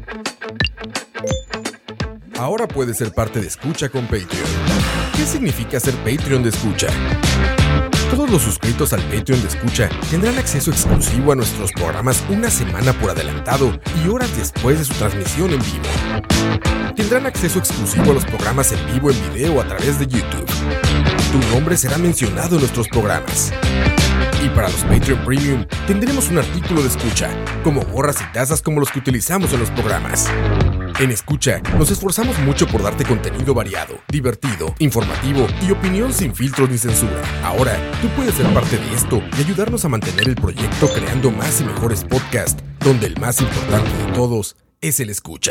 Ahora puedes ser parte de Escucha con Patreon. ¿Qué significa ser Patreon de Escucha? Todos los suscritos al Patreon de Escucha tendrán acceso exclusivo a nuestros programas una semana por adelantado y horas después de su transmisión en vivo. Tendrán acceso exclusivo a los programas en vivo en video a través de YouTube. Tu nombre será mencionado en nuestros programas. Y para los Patreon Premium tendremos un artículo de Escucha, como gorras y tazas como los que utilizamos en los programas. En Escucha, nos esforzamos mucho por darte contenido variado, divertido, informativo y opinión sin filtros ni censura. Ahora, tú puedes ser parte de esto y ayudarnos a mantener el proyecto creando más y mejores podcasts, donde el más importante de todos es el Escucha.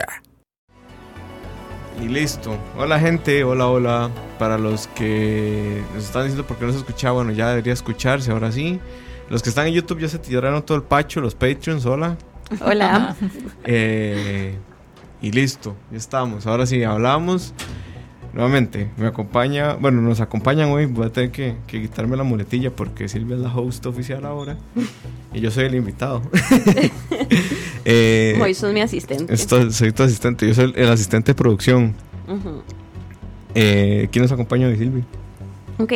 Y listo. Hola gente, hola. Para los que nos están diciendo por qué no se escuchaba, bueno, ya debería escucharse, ahora sí. Los que están en YouTube ya se tiraron todo el pacho, los Patreons, hola. Hola. Y listo, ya estamos. Ahora sí, hablamos. Nuevamente, nos acompañan hoy. Voy a tener que quitarme la muletilla porque Silvia es la host oficial ahora. Y yo soy el invitado. Hoy sos mi asistente. Soy tu asistente, yo soy el asistente de producción. Uh-huh. ¿Quién nos acompaña hoy, Silvia? Ok,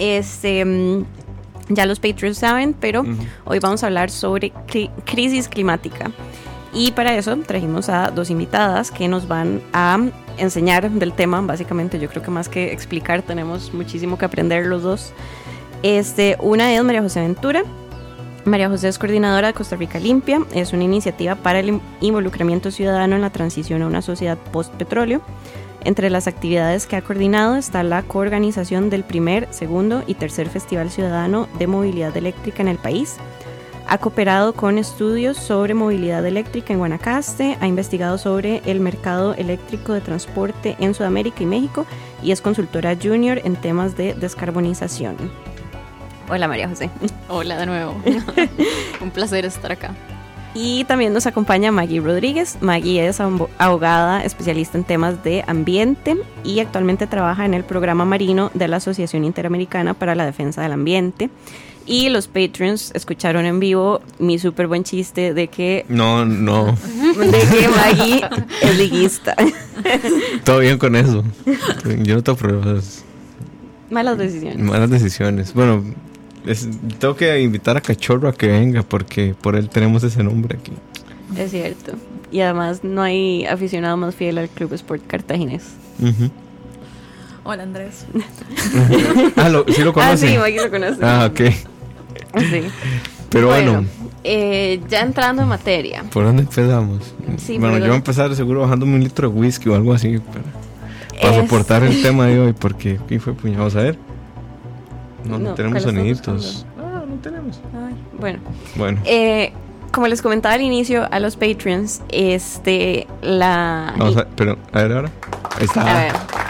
ya los Patreons saben, pero hoy vamos a hablar sobre crisis climática. Y para eso trajimos a dos invitadas que nos van a enseñar del tema. Básicamente, yo creo que más que explicar, tenemos muchísimo que aprender los dos. Una es María José Ventura. María José es coordinadora de Costa Rica Limpia. Es una iniciativa para el involucramiento ciudadano en la transición a una sociedad post-petróleo. Entre las actividades que ha coordinado está la coorganización del primer, segundo y tercer Festival Ciudadano de Movilidad Eléctrica en el país. Ha cooperado con estudios sobre movilidad eléctrica en Guanacaste, ha investigado sobre el mercado eléctrico de transporte en Sudamérica y México y es consultora junior en temas de descarbonización. Hola María José. Hola de nuevo. Un placer estar acá. Y también nos acompaña Maggie Rodríguez. Maggie es abogada especialista en temas de ambiente y actualmente trabaja en el programa marino de la Asociación Interamericana para la Defensa del Ambiente. Y los Patreons escucharon en vivo mi súper buen chiste de que... No. De que Maggie es liguista. Todo bien con eso. Yo no tengo problemas. Malas decisiones. Bueno, tengo que invitar a Cachorro a que venga porque por él tenemos ese nombre aquí. Es cierto. Y además no hay aficionado más fiel al Club Sport Cartaginés. Uh-huh. Hola Andrés. ¿Sí lo conoce? Sí, Maggie lo conoce. Ok. Sí. Pero bueno. Ya entrando en materia. ¿Por dónde empezamos? Sí, bueno, yo voy a empezar seguro bajándome un litro de whisky o algo así para soportar el tema de hoy porque ¿qué fue puñado? Vamos a ver. No tenemos soniditos. No tenemos. Ay, bueno. Como les comentaba al inicio a los Patreons, Vamos a ver ahora. Ahí está. A ver.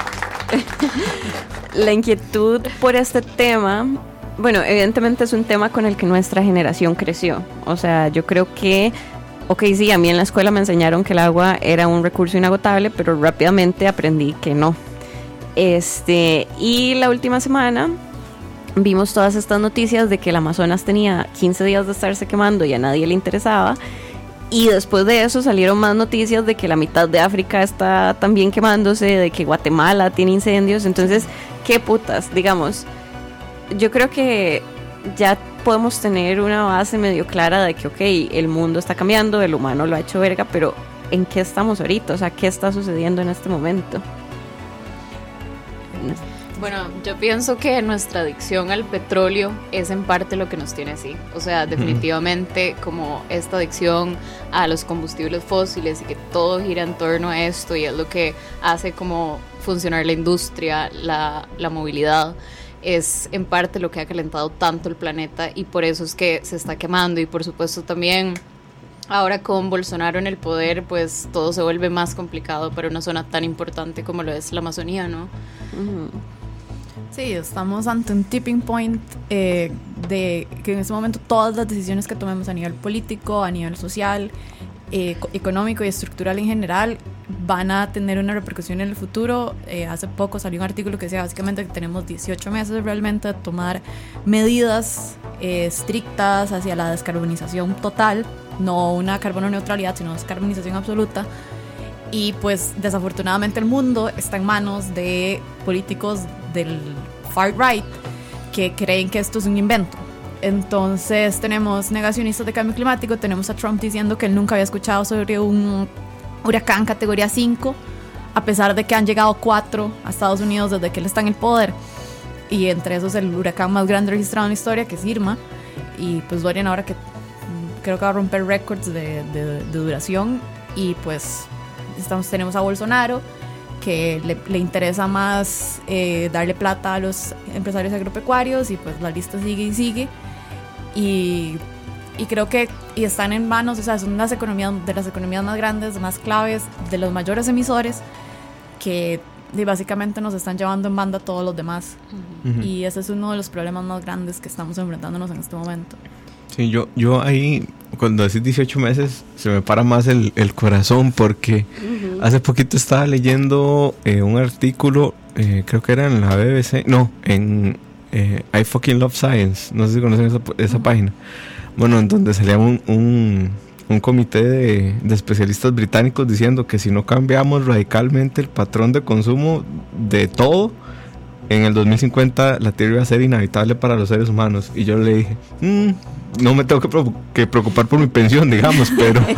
La inquietud por este tema, bueno, evidentemente es un tema con el que nuestra generación creció. O sea, yo creo que, sí, a mí en la escuela me enseñaron que el agua era un recurso inagotable, pero rápidamente aprendí que no. Y la última semana vimos todas estas noticias de que el Amazonas tenía 15 días de estarse quemando y a nadie le interesaba. Y después de eso salieron más noticias de que la mitad de África está también quemándose, de que Guatemala tiene incendios. Entonces, ¿qué putas? Digamos, yo creo que ya podemos tener una base medio clara de que, el mundo está cambiando, el humano lo ha hecho verga, pero ¿en qué estamos ahorita? O sea, ¿qué está sucediendo en este momento? Bueno, yo pienso que nuestra adicción al petróleo es en parte lo que nos tiene así. O sea, definitivamente como esta adicción a los combustibles fósiles y que todo gira en torno a esto y es lo que hace como funcionar la industria, la movilidad, es en parte lo que ha calentado tanto el planeta y por eso es que se está quemando. Y por supuesto también ahora con Bolsonaro en el poder, pues todo se vuelve más complicado para una zona tan importante como lo es la Amazonía, ¿no? Uh-huh. Sí, estamos ante un tipping point de que en este momento todas las decisiones que tomemos a nivel político, a nivel social, económico y estructural en general van a tener una repercusión en el futuro. Hace poco salió un artículo que decía básicamente que tenemos 18 meses realmente de tomar medidas estrictas hacia la descarbonización total, no una carbono neutralidad, sino descarbonización absoluta. Y pues desafortunadamente el mundo está en manos de políticos del far right que creen que esto es un invento. Entonces tenemos negacionistas de cambio climático, tenemos a Trump diciendo que él nunca había escuchado sobre un huracán categoría 5, a pesar de que han llegado 4 a Estados Unidos desde que él está en el poder, y entre esos el huracán más grande registrado en la historia, que es Irma, y pues Dorian ahora que creo que va a romper récords de duración. Y pues tenemos a Bolsonaro, que le interesa más darle plata a los empresarios agropecuarios, y pues la lista sigue y sigue. Y creo que están en manos, o sea, son las economías más grandes, más claves, de los mayores emisores, que básicamente nos están llevando en banda a todos los demás. Uh-huh. Y ese es uno de los problemas más grandes que estamos enfrentándonos en este momento. Sí, yo ahí, cuando decís 18 meses, se me para más el corazón, porque hace poquito estaba leyendo un artículo, creo que era en la BBC, no, en I Fucking Love Science, no sé si conocen esa página. Bueno, en donde salía un comité de especialistas británicos diciendo que si no cambiamos radicalmente el patrón de consumo de todo, en el 2050 la Tierra iba a ser inhabitable para los seres humanos. Y yo le dije, no me tengo que preocupar por mi pensión, digamos,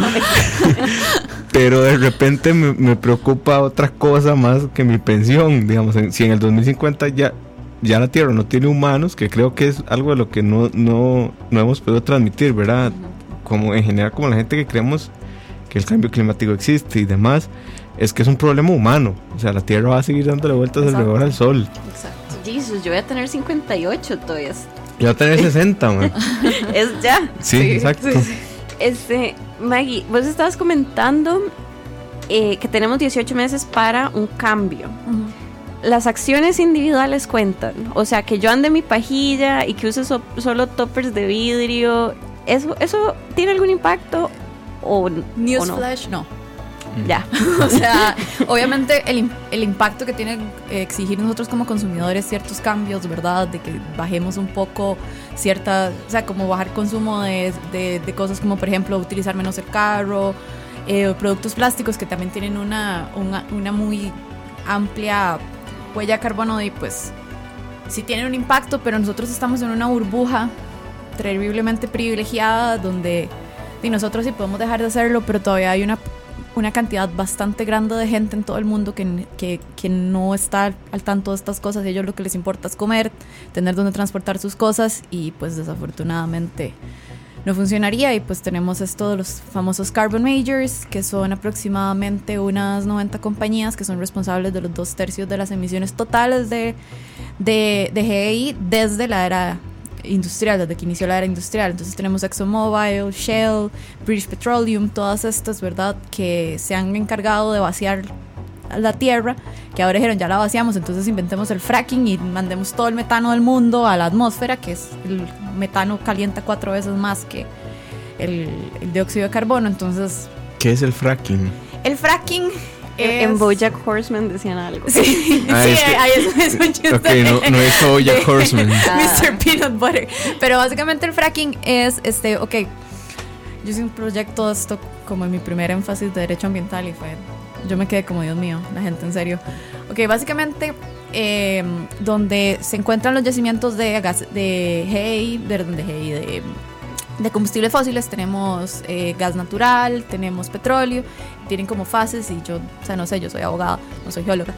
pero de repente me preocupa otra cosa más que mi pensión, digamos. Si en el 2050 ya la Tierra no tiene humanos, que creo que es algo de lo que no hemos podido transmitir, ¿verdad? Como en general, como la gente que creemos que el cambio climático existe y demás, es que es un problema humano. O sea, la Tierra va a seguir dándole vueltas alrededor al Sol. Exacto. Jesus, yo voy a tener 58 todavía. Yo voy a tener 60, man. Es ya. Sí, exacto. Sí. Maggie, vos estabas comentando que tenemos 18 meses para un cambio. Uh-huh. Las acciones individuales cuentan. O sea, que yo ande mi pajilla y que use solo toppers de vidrio. ¿Eso tiene algún impacto o Newsflash, no? Ya. O sea, obviamente el impacto que tiene exigir nosotros como consumidores ciertos cambios, ¿verdad? De que bajemos un poco o sea, como bajar consumo de cosas como, por ejemplo, utilizar menos el carro, productos plásticos que también tienen una muy amplia huella de carbono, y pues sí tienen un impacto, pero nosotros estamos en una burbuja terriblemente privilegiada donde nosotros sí podemos dejar de hacerlo, pero todavía hay una cantidad bastante grande de gente en todo el mundo que no está al tanto de estas cosas. A ellos lo que les importa es comer, tener donde transportar sus cosas, y pues desafortunadamente no funcionaría. Y pues tenemos esto de los famosos carbon majors, que son aproximadamente unas 90 compañías que son responsables de los 2/3 de las emisiones totales de GEI desde la era industrial, desde que inició la era industrial. Entonces tenemos ExxonMobil, Shell, British Petroleum, todas estas, ¿verdad?, que se han encargado de vaciar la tierra, que ahora dijeron, ya la vaciamos, entonces inventemos el fracking y mandemos todo el metano del mundo a la atmósfera, que es el metano calienta 4 veces más que el dióxido de carbono. Entonces, ¿qué es el fracking? El fracking en BoJack Horseman decían algo. Sí, ahí es un chiste. Okay, no es BoJack Horseman. Mr. Peanut Butter. Pero básicamente el fracking es yo hice un proyecto de esto como en mi primer énfasis de derecho ambiental, y yo me quedé como, Dios mío, la gente en serio. Básicamente donde se encuentran los yacimientos de gas, de GEI, de combustibles fósiles, tenemos gas natural, tenemos petróleo, tienen como fases, y yo soy abogada, no soy geóloga.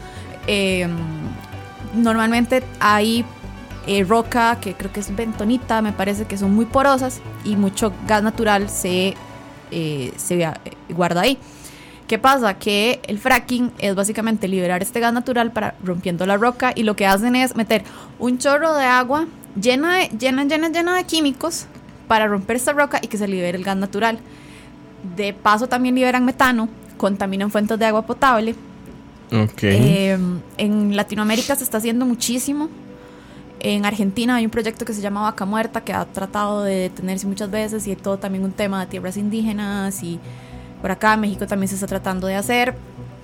Normalmente hay roca, que creo que es bentonita, me parece, que son muy porosas, y mucho gas natural se guarda ahí. ¿Qué pasa? Que el fracking es básicamente liberar este gas natural para rompiendo la roca, y lo que hacen es meter un chorro de agua llena de químicos para romper esta roca y que se libere el gas natural. De paso también liberan metano, contaminan fuentes de agua potable. Okay. En Latinoamérica se está haciendo muchísimo. En Argentina hay un proyecto que se llama Vaca Muerta, que ha tratado de detenerse muchas veces, y todo también un tema de tierras indígenas, y por acá en México también se está tratando de hacer.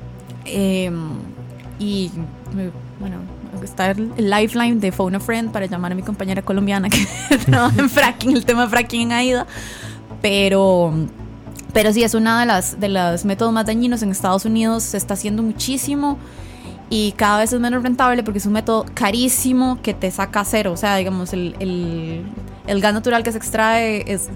Y bueno, está el lifeline de Phone a Friend para llamar a mi compañera colombiana que trabaja en fracking, el tema de fracking en AIDA. Pero Pero sí, es una de los métodos más dañinos. En Estados Unidos se está haciendo muchísimo y cada vez es menos rentable porque es un método carísimo que te saca cero. O sea, digamos, el gas natural que se extrae es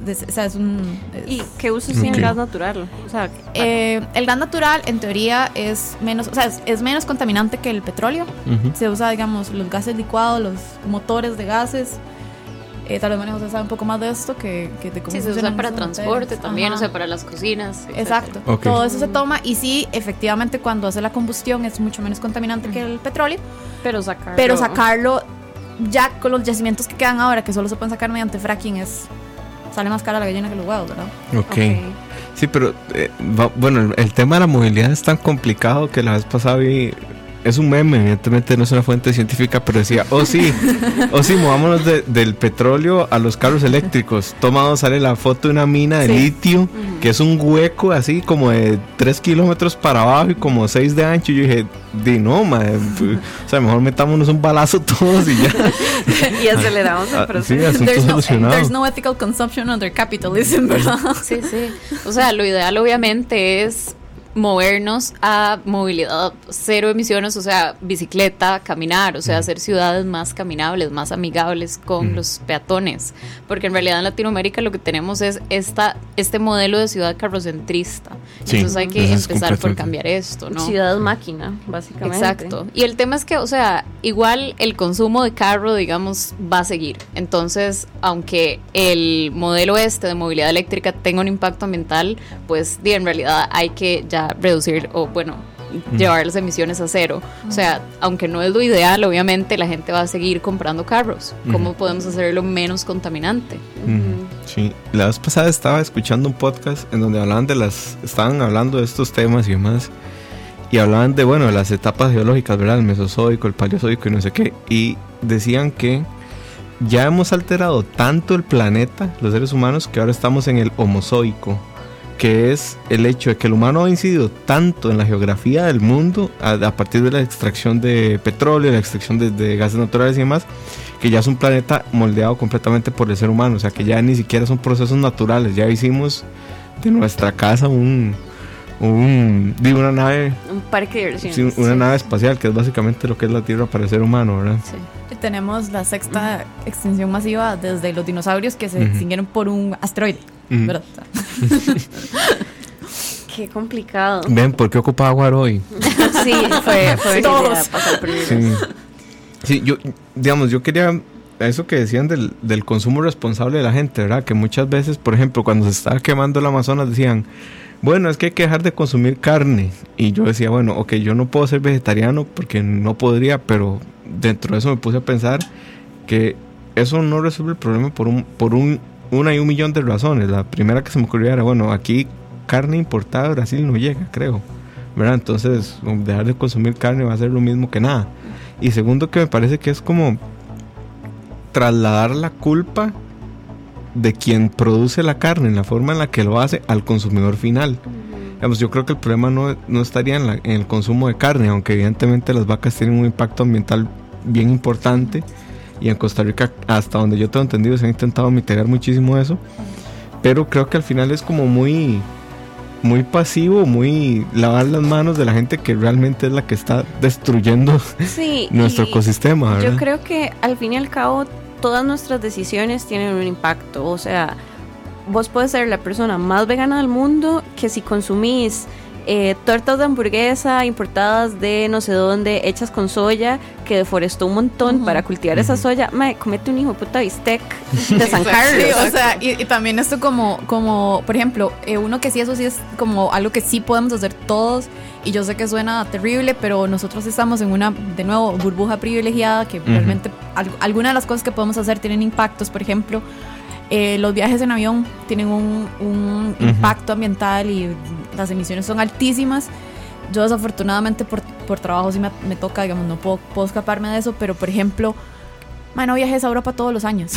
¿Y qué uso tiene el gas natural? O sea, el gas natural, en teoría, es menos, o sea, es menos contaminante que el petróleo. Se usa, digamos, los gases licuados, los motores de gases. Tal vez María José sabe un poco más de esto que de cómo sí, se usa para transporte también, o sea, para las cocinas. Exacto. Okay. Todo eso se toma y sí, efectivamente, cuando hace la combustión es mucho menos contaminante que el petróleo. Pero sacarlo ya con los yacimientos que quedan ahora, que solo se pueden sacar mediante fracking, sale más cara la gallina que los huevos, ¿verdad? Okay. Sí, pero bueno, el tema de la movilidad es tan complicado que la vez pasada vi... Es un meme, evidentemente no es una fuente científica, pero decía, movámonos del petróleo a los carros eléctricos. Sale la foto de una mina de litio, que es un hueco así como de 3 kilómetros para abajo y como 6 de ancho. Y yo dije, no, madre, o sea, mejor metámonos un balazo todos y ya. Y aceleramos el proceso. Sí, asunto solucionado. There's no ethical consumption under capitalism, ¿verdad? Sí. O sea, lo ideal obviamente es movernos a movilidad cero emisiones, o sea, bicicleta, caminar, o sea, hacer ciudades más caminables, más amigables con los peatones, porque en realidad en Latinoamérica lo que tenemos es este modelo de ciudad carrocentrista, entonces hay que empezar por cambiar esto, ¿no? Ciudad máquina, básicamente. Exacto, y el tema es que, o sea, igual el consumo de carro, digamos, va a seguir, entonces, aunque el modelo de movilidad eléctrica tenga un impacto ambiental, pues en realidad hay que ya reducir o llevar las emisiones a cero. O sea, aunque no es lo ideal, obviamente la gente va a seguir comprando carros. ¿Cómo podemos hacerlo menos contaminante? Sí, la vez pasada estaba escuchando un podcast en donde estaban hablando de estos temas y demás, y hablaban de las etapas geológicas, ¿verdad? El mesozoico, el paleozoico y no sé qué, y decían que ya hemos alterado tanto el planeta, los seres humanos, que ahora estamos en el homozoico, que es el hecho de que el humano ha incidido tanto en la geografía del mundo a partir de la extracción de petróleo, la extracción de gases naturales y demás, que ya es un planeta moldeado completamente por el ser humano. O sea, que ya ni siquiera son procesos naturales. Ya hicimos de nuestra casa una nave, un parque de diversiones, una nave espacial, que es básicamente lo que es la Tierra para el ser humano, ¿verdad? Sí. Tenemos la sexta extinción masiva desde los dinosaurios que se extinguieron por un asteroide, ¿verdad? Qué complicado. Ven, ¿por qué ocupaba agua hoy? Sí, fue idea pasar primero. Sí, yo quería eso que decían del consumo responsable de la gente, ¿verdad? Que muchas veces, por ejemplo, cuando se estaba quemando el Amazonas, decían, bueno, es que hay que dejar de consumir carne. Y yo decía, bueno, ok, yo no puedo ser vegetariano porque no podría, pero dentro de eso me puse a pensar que eso no resuelve el problema por una y un millón de razones. La primera que se me ocurrió era, aquí carne importada de Brasil no llega, creo, ¿verdad? Entonces, dejar de consumir carne va a ser lo mismo que nada. Y segundo, que me parece que es como trasladar la culpa de quien produce la carne, en la forma en la que lo hace, al consumidor final. Digamos, yo creo que el problema no estaría en el consumo de carne, aunque evidentemente las vacas tienen un impacto ambiental bien importante, y en Costa Rica, hasta donde yo tengo entendido, se ha intentado mitigar muchísimo eso, pero creo que al final es como muy pasivo, muy lavar las manos de la gente que realmente es la que está destruyendo nuestro ecosistema, ¿verdad? Yo creo que al fin y al cabo todas nuestras decisiones tienen un impacto. O sea, vos puedes ser la persona más vegana del mundo, que si consumís tortas de hamburguesa importadas de no sé dónde, hechas con soya, que deforestó un montón para cultivar esa soya, comete un hijo de puta bistec de San Carlos. Sí, o sea, y también esto como por ejemplo, uno que sí, eso sí es como algo que sí podemos hacer todos, y yo sé que suena terrible, pero nosotros estamos en una, de nuevo, burbuja privilegiada, que realmente algunas de las cosas que podemos hacer tienen impactos. Por ejemplo, los viajes en avión tienen un impacto ambiental y las emisiones son altísimas. Yo desafortunadamente por trabajo sí me toca, digamos, no puedo escaparme de eso, pero por ejemplo, no viajes a Europa todos los años.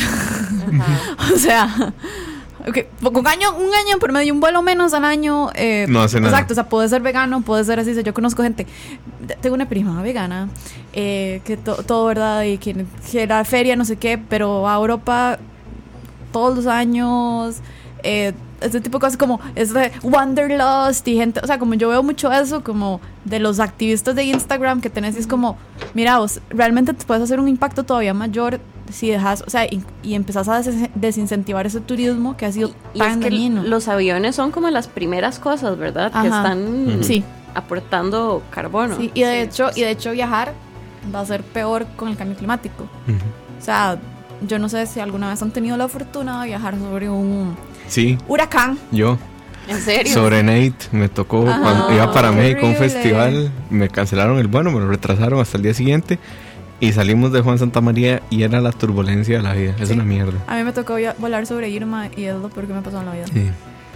O sea, un año por medio, un vuelo menos al año, no hace nada. Exacto, o sea, puede ser vegano, puede ser así. Yo conozco gente, tengo una prima vegana, que todo, ¿verdad? Y que la feria, no sé qué, pero a Europa todos los años, ese tipo de cosas como es de Wanderlust y gente, o sea, como yo veo mucho eso como de los activistas de Instagram que tenés y es como, mira, vos realmente te puedes hacer un impacto todavía mayor si dejas, o sea, y empezás a desincentivar ese turismo que ha sido tan es que dañino. los aviones son como las primeras cosas, ¿verdad? Que están aportando carbono. Sí, y de hecho viajar va a ser peor con el cambio climático. O sea, yo no sé si alguna vez han tenido la fortuna de viajar sobre un huracán. Yo. ¿En serio? Sobre Nate, me tocó cuando iba para México a un festival, me cancelaron el vuelo, me lo retrasaron hasta el día siguiente y salimos de Juan Santa María y era la turbulencia de la vida, es una mierda. A mí me tocó volar sobre Irma y es lo peor que me pasó en la vida. Sí.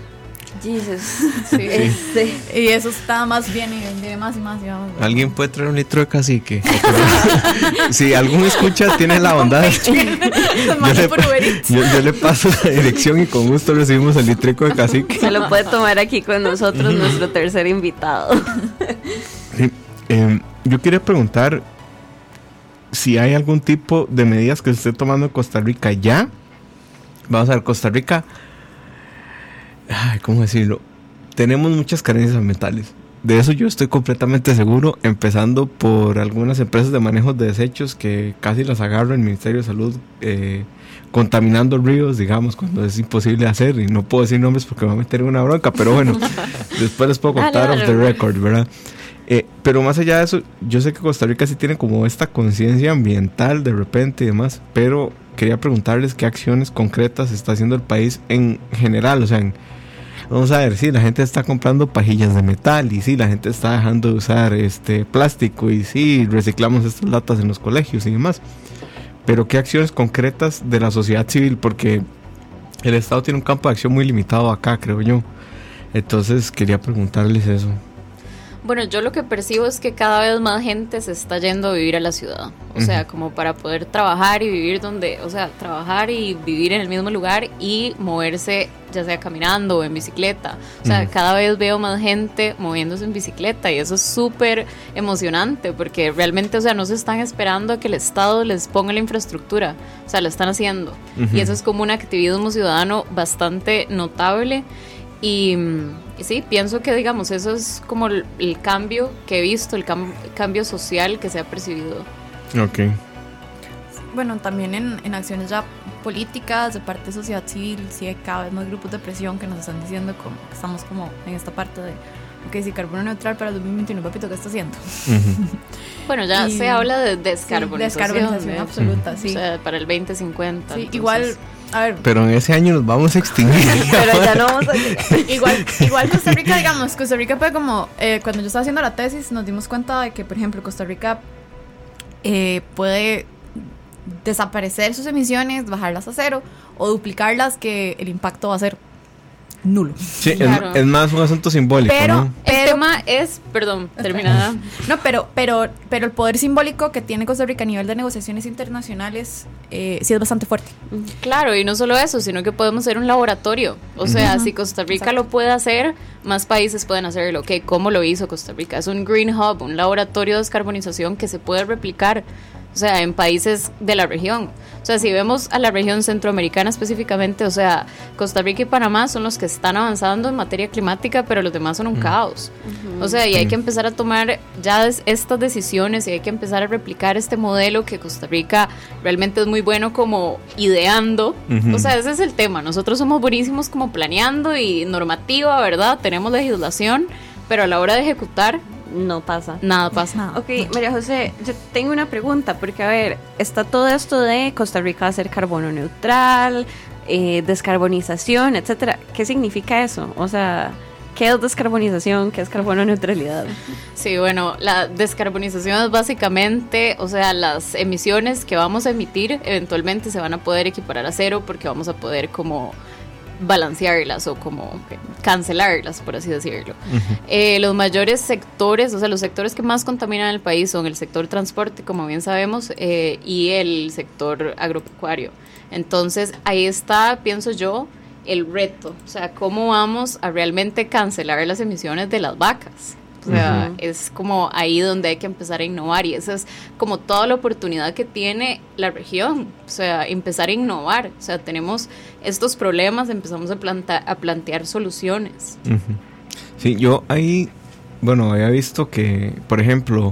Jesus. Y eso está más bien y viene más y más. Digamos, ¿Alguien puede traer un litro de cacique? Si algún escucha tiene la bondad, yo le paso la dirección y con gusto recibimos el litrico de cacique. Se lo puede tomar aquí con nosotros nuestro tercer invitado. Sí, yo quería preguntar si hay algún tipo de medidas que se esté tomando en Costa Rica ya. Vamos a ver, Costa Rica, ¿cómo decirlo? Tenemos muchas carencias ambientales. De eso yo estoy completamente seguro, empezando por algunas empresas de manejo de desechos que casi las agarra el Ministerio de Salud contaminando ríos, digamos, cuando es imposible hacer, y no puedo decir nombres porque me voy a meter en una bronca, pero bueno, después les puedo contar off the record, ¿verdad? Pero más allá de eso, yo sé que Costa Rica sí tiene como esta conciencia ambiental de repente y demás, pero quería preguntarles qué acciones concretas está haciendo el país en general, o sea, vamos a ver, sí, la gente está comprando pajillas de metal y sí, la gente está dejando de usar plástico y sí, reciclamos estas latas en los colegios y demás, pero qué acciones concretas de la sociedad civil, porque el Estado tiene un campo de acción muy limitado acá, creo yo. Entonces quería preguntarles eso. Bueno, yo lo que percibo es que cada vez más gente se está yendo a vivir a la ciudad. O sea, como para poder trabajar y vivir trabajar y vivir en el mismo lugar y moverse, ya sea caminando o en bicicleta. O sea, cada vez veo más gente moviéndose en bicicleta y eso es súper emocionante porque realmente, o sea, no se están esperando a que el Estado les ponga la infraestructura. O sea, lo están haciendo. Y eso es como un activismo ciudadano bastante notable. Y sí, pienso que, digamos, eso es como el cambio que he visto, el cambio social que se ha percibido. Ok. Bueno, también en acciones ya políticas de parte de sociedad civil, sí hay cada vez más grupos de presión que nos están diciendo como que estamos como en esta parte de, ok, si carbono neutral para el 2021, papito, ¿qué está haciendo? Bueno, ya se habla de descarbonización. Sí, descarbonización absoluta, sí. O sea, para el 2050. Sí, entonces, igual, a ver. Pero en ese año nos vamos a extinguir. Pero ya no vamos a llegar. Igual Costa Rica, digamos, Costa Rica fue como, cuando yo estaba haciendo la tesis, nos dimos cuenta de que, por ejemplo, Costa Rica puede desaparecer sus emisiones, bajarlas a cero o duplicarlas, que el impacto va a ser nulo. Sí, claro. es más un asunto simbólico, ¿no? El tema es, terminada. No, pero el poder simbólico que tiene Costa Rica a nivel de negociaciones internacionales sí es bastante fuerte. Claro, y no solo eso, sino que podemos ser un laboratorio. O sea, si Costa Rica lo puede hacer, más países pueden hacerlo. Okay, ¿cómo lo hizo Costa Rica? Es un Green Hub, un laboratorio de descarbonización que se puede replicar, o sea, en países de la región. O sea, si vemos a la región centroamericana específicamente, o sea, Costa Rica y Panamá son los que están avanzando en materia climática, pero los demás son un caos. O sea, y hay que empezar a tomar ya estas decisiones y hay que empezar a replicar este modelo que Costa Rica realmente es muy bueno como ideando. O sea, ese es el tema. Nosotros somos buenísimos como planeando y normativa, ¿verdad? Tenemos legislación, pero a la hora de ejecutar no pasa. Nada pasa. Ok, María José, yo tengo una pregunta, porque a ver, está todo esto de Costa Rica hacer carbono neutral, descarbonización, etcétera. ¿Qué significa eso? O sea, ¿qué es descarbonización? ¿Qué es carbono neutralidad? Sí, bueno, la descarbonización es básicamente, o sea, las emisiones que vamos a emitir eventualmente se van a poder equiparar a cero porque vamos a poder como balancearlas o como cancelarlas, por así decirlo. Los mayores sectores, o sea, los sectores que más contaminan el país son el sector transporte, como bien sabemos, y el sector agropecuario. Entonces, ahí está, pienso yo, el reto. O sea, ¿cómo vamos a realmente cancelar las emisiones de las vacas? O sea, es como ahí donde hay que empezar a innovar, y esa es como toda la oportunidad que tiene la región, o sea, empezar a innovar. O sea, tenemos estos problemas, empezamos a plantear soluciones. Sí, yo ahí, bueno, había visto que, por ejemplo,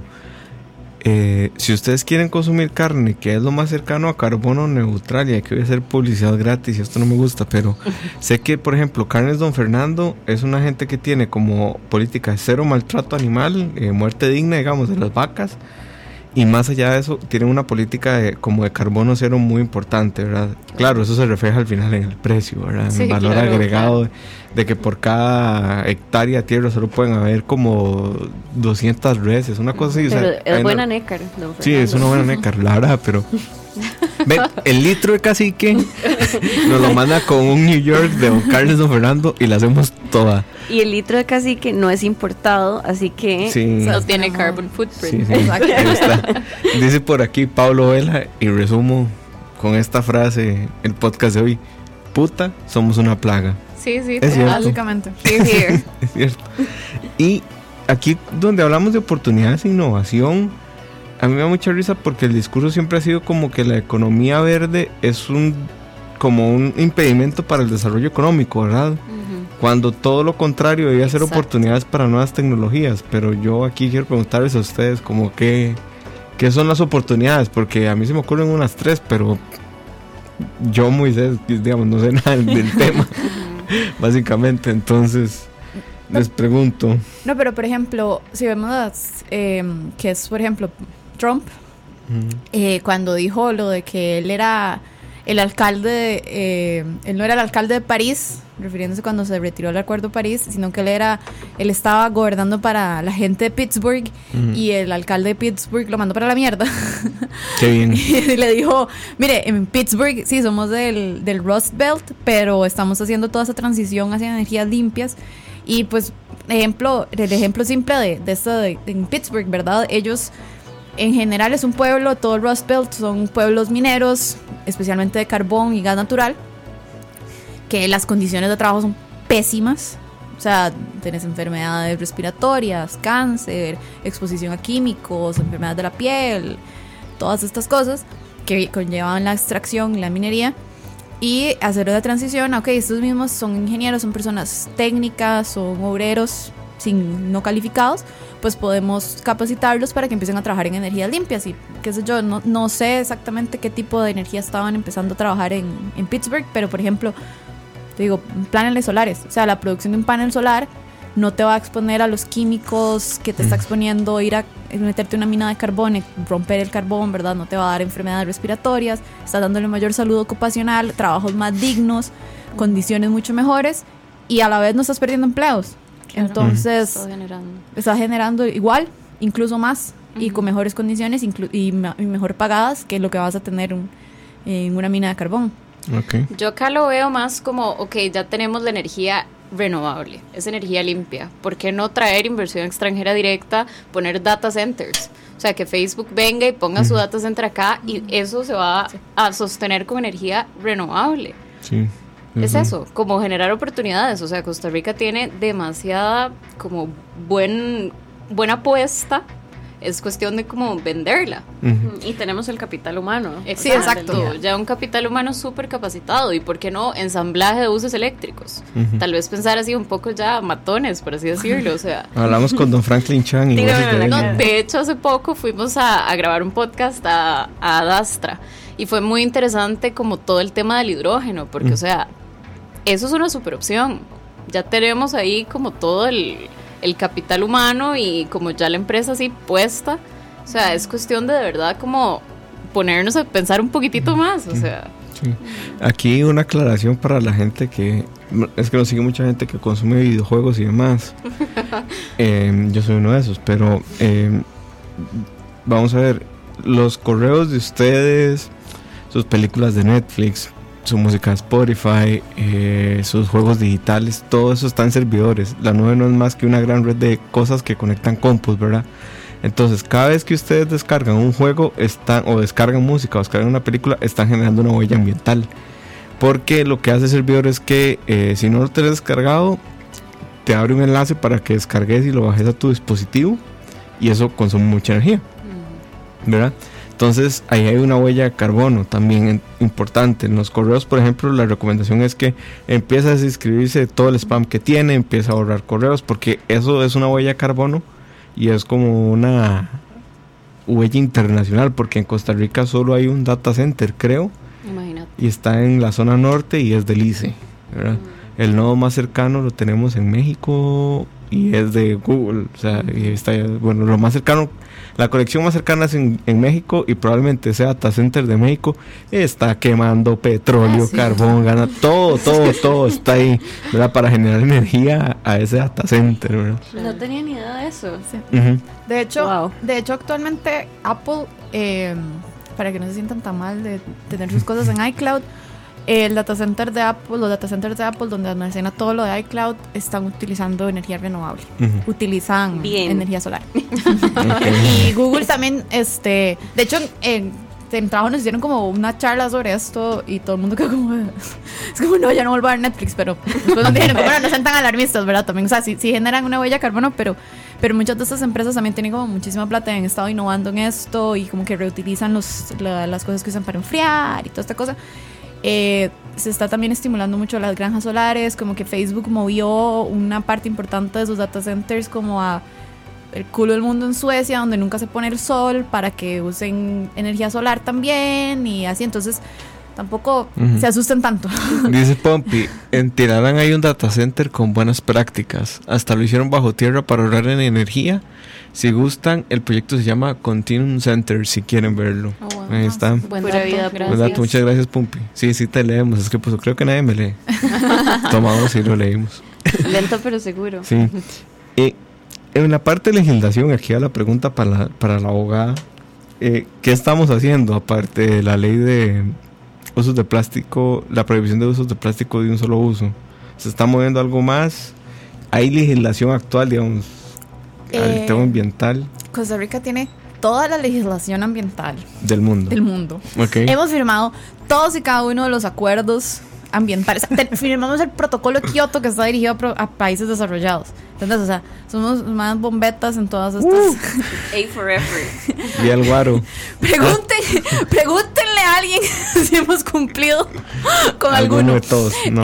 si ustedes quieren consumir carne, que es lo más cercano a carbono neutral, y aquí voy a hacer publicidad gratis y esto no me gusta, pero sé que, por ejemplo, Carnes Don Fernando es una gente que tiene como política cero maltrato animal, muerte digna, digamos, de las vacas, y más allá de eso tienen una política como de carbono cero muy importante, ¿verdad? Claro, eso se refleja al final en el precio, ¿verdad? En el valor agregado de que por cada hectárea de tierra solo pueden haber como 200 reses, una cosa así. Pero o sea, es buena nécar, don Fernando. Sí, es una buena nécar, la verdad, pero... Ven, el litro de cacique nos lo manda con un New York de Don Carnes Don Fernando y la hacemos toda. Y el litro de cacique no es importado, así que... Sí. No tiene carbon footprint. Sí, sí. Ahí está. Dice por aquí Pablo Vela, y resumo con esta frase el podcast de hoy: puta, somos una plaga. Sí, Es cierto. Básicamente. Here. Es cierto. Y aquí donde hablamos de oportunidades e innovación, a mí me da mucha risa porque el discurso siempre ha sido como que la economía verde es como un impedimento para el desarrollo económico, ¿verdad? Cuando todo lo contrario debía ser oportunidades para nuevas tecnologías. Pero yo aquí quiero preguntarles a ustedes como qué son las oportunidades, porque a mí se me ocurren unas 3, pero yo, Moisés, digamos, no sé nada del tema, básicamente. Entonces les pregunto. No, pero por ejemplo, si vemos que es, por ejemplo, Trump, cuando dijo lo de que él era el alcalde, él no era el alcalde de París, refiriéndose cuando se retiró el Acuerdo de París, sino que él estaba gobernando para la gente de Pittsburgh, y el alcalde de Pittsburgh lo mandó para la mierda. Qué bien. Y le dijo, mire, en Pittsburgh sí somos del Rust Belt, pero estamos haciendo toda esa transición hacia energías limpias. Y pues, el ejemplo simple de esto en Pittsburgh, ¿verdad? Ellos, en general, es un pueblo, todo el Rust Belt son pueblos mineros, especialmente de carbón y gas natural, que las condiciones de trabajo son pésimas. O sea, tenés enfermedades respiratorias, cáncer, exposición a químicos, enfermedades de la piel, todas estas cosas que conllevan la extracción y la minería. Y hacer una transición, ok, estos mismos son ingenieros, son personas técnicas, son obreros no calificados, pues podemos capacitarlos para que empiecen a trabajar en energías limpias. Y qué sé yo, no sé exactamente qué tipo de energía estaban empezando a trabajar en Pittsburgh, pero por ejemplo, te digo, paneles solares. O sea, la producción de un panel solar no te va a exponer a los químicos que te está exponiendo ir a meterte una mina de carbón y romper el carbón, ¿verdad? No te va a dar enfermedades respiratorias, estás dándole mayor salud ocupacional, trabajos más dignos, condiciones mucho mejores, y a la vez no estás perdiendo empleos. Claro. Entonces, estás generando igual, incluso más, y con mejores condiciones y mejor pagadas que lo que vas a tener en una mina de carbón. Okay. Yo acá lo veo más como, ok, ya tenemos la energía renovable, es energía limpia. ¿Por qué no traer inversión extranjera directa, poner data centers? O sea, que Facebook venga y ponga su data center acá, y eso se va a sostener con energía renovable. Sí. Es eso, como generar oportunidades. O sea, Costa Rica tiene demasiada como buena apuesta. Es cuestión de como venderla. Y tenemos el capital humano. Sí, exacto. Ya un capital humano súper capacitado. Y por qué no ensamblaje de buses eléctricos. Tal vez pensar así un poco ya matones, por así decirlo. O sea, hablamos con don Franklin Chan y de hecho hace poco fuimos a grabar un podcast a Adastra, y fue muy interesante como todo el tema del hidrógeno, porque o sea, eso es una super opción. Ya tenemos ahí como todo el capital humano y como ya la empresa así puesta. O sea, es cuestión de verdad como ponernos a pensar un poquitito más. O sea, sí. Aquí una aclaración para la gente que es que nos sigue mucha gente que consume videojuegos y demás. Yo soy uno de esos, pero vamos a ver, los correos de ustedes, sus películas de Netflix, su música de Spotify, sus juegos digitales, todo eso está en servidores. La nube no es más que una gran red de cosas que conectan compus, ¿verdad? Entonces, cada vez que ustedes descargan un juego, o descargan música, o descargan una película, están generando una huella ambiental. Porque lo que hace el servidor es que si no lo tenés descargado, te abre un enlace para que descargues y lo bajes a tu dispositivo, y eso consume mucha energía, ¿verdad? Entonces ahí hay una huella de carbono también importante. En los correos, por ejemplo, la recomendación es que empiece a describirse de todo el spam que tiene, empieza a borrar correos, porque eso es una huella de carbono y es como una huella internacional, porque en Costa Rica solo hay un data center, creo. Imagínate. Y está en la zona norte y es del ICE, ¿verdad? El nodo más cercano lo tenemos en México y es de Google, o sea, y está, bueno, lo más cercano, la conexión más cercana es en México, y probablemente sea data center de México. Está quemando petróleo, carbón, gana todo está ahí, ¿verdad? Para generar energía a ese data center, ¿verdad? No tenía ni idea de eso. Sí. Uh-huh. De hecho, Wow. Actualmente Apple, para que no se sientan tan mal de tener sus cosas en iCloud, el data center de Apple, los data centers de Apple donde almacena todo lo de iCloud, están utilizando energía renovable. Uh-huh. Utilizan energía solar. Okay. Y Google también, de hecho, en trabajo nos hicieron como una charla sobre esto y todo el mundo quedó como, es como, no, ya no vuelvo a ver Netflix, pero después nos dijeron, bueno, no sean tan alarmistas, ¿verdad? También, o sea, sí generan una huella de carbono, pero muchas de estas empresas también tienen como muchísima plata y han estado innovando en esto y como que reutilizan las cosas que usan para enfriar y toda esta cosa. Se está también estimulando mucho las granjas solares, como que Facebook movió una parte importante de sus data centers como a el culo del mundo en Suecia, donde nunca se pone el sol, para que usen energía solar también y así. Entonces tampoco se asusten tanto. Dice Pompi, en Tirarán hay un data center con buenas prácticas, hasta lo hicieron bajo tierra para ahorrar en energía. Si gustan, el proyecto se llama Continuum Center, si quieren verlo. Oh, wow. Ahí está. Buen Pura dato, vida, gracias. Buen dato, muchas gracias, Pompi. Sí te leemos, es que pues creo que nadie me lee. Tomamos y lo leímos. Lento pero seguro. Sí. En la parte de legislación, aquí va la pregunta para la abogada. ¿Qué estamos haciendo aparte de la ley de usos de plástico, la prohibición de usos de plástico de un solo uso? ¿Se está moviendo algo más? ¿Hay legislación actual, digamos, al tema ambiental? Costa Rica tiene toda la legislación ambiental del mundo. Okay. Hemos firmado todos y cada uno de los acuerdos ambientales. Firmamos el protocolo de Kioto, que está dirigido a países desarrollados. Entonces, o sea, somos más bombetas en todas estas. A for effort. Y el guaro. Pregúntenle a alguien si hemos cumplido con alguno alguno. de todos, no.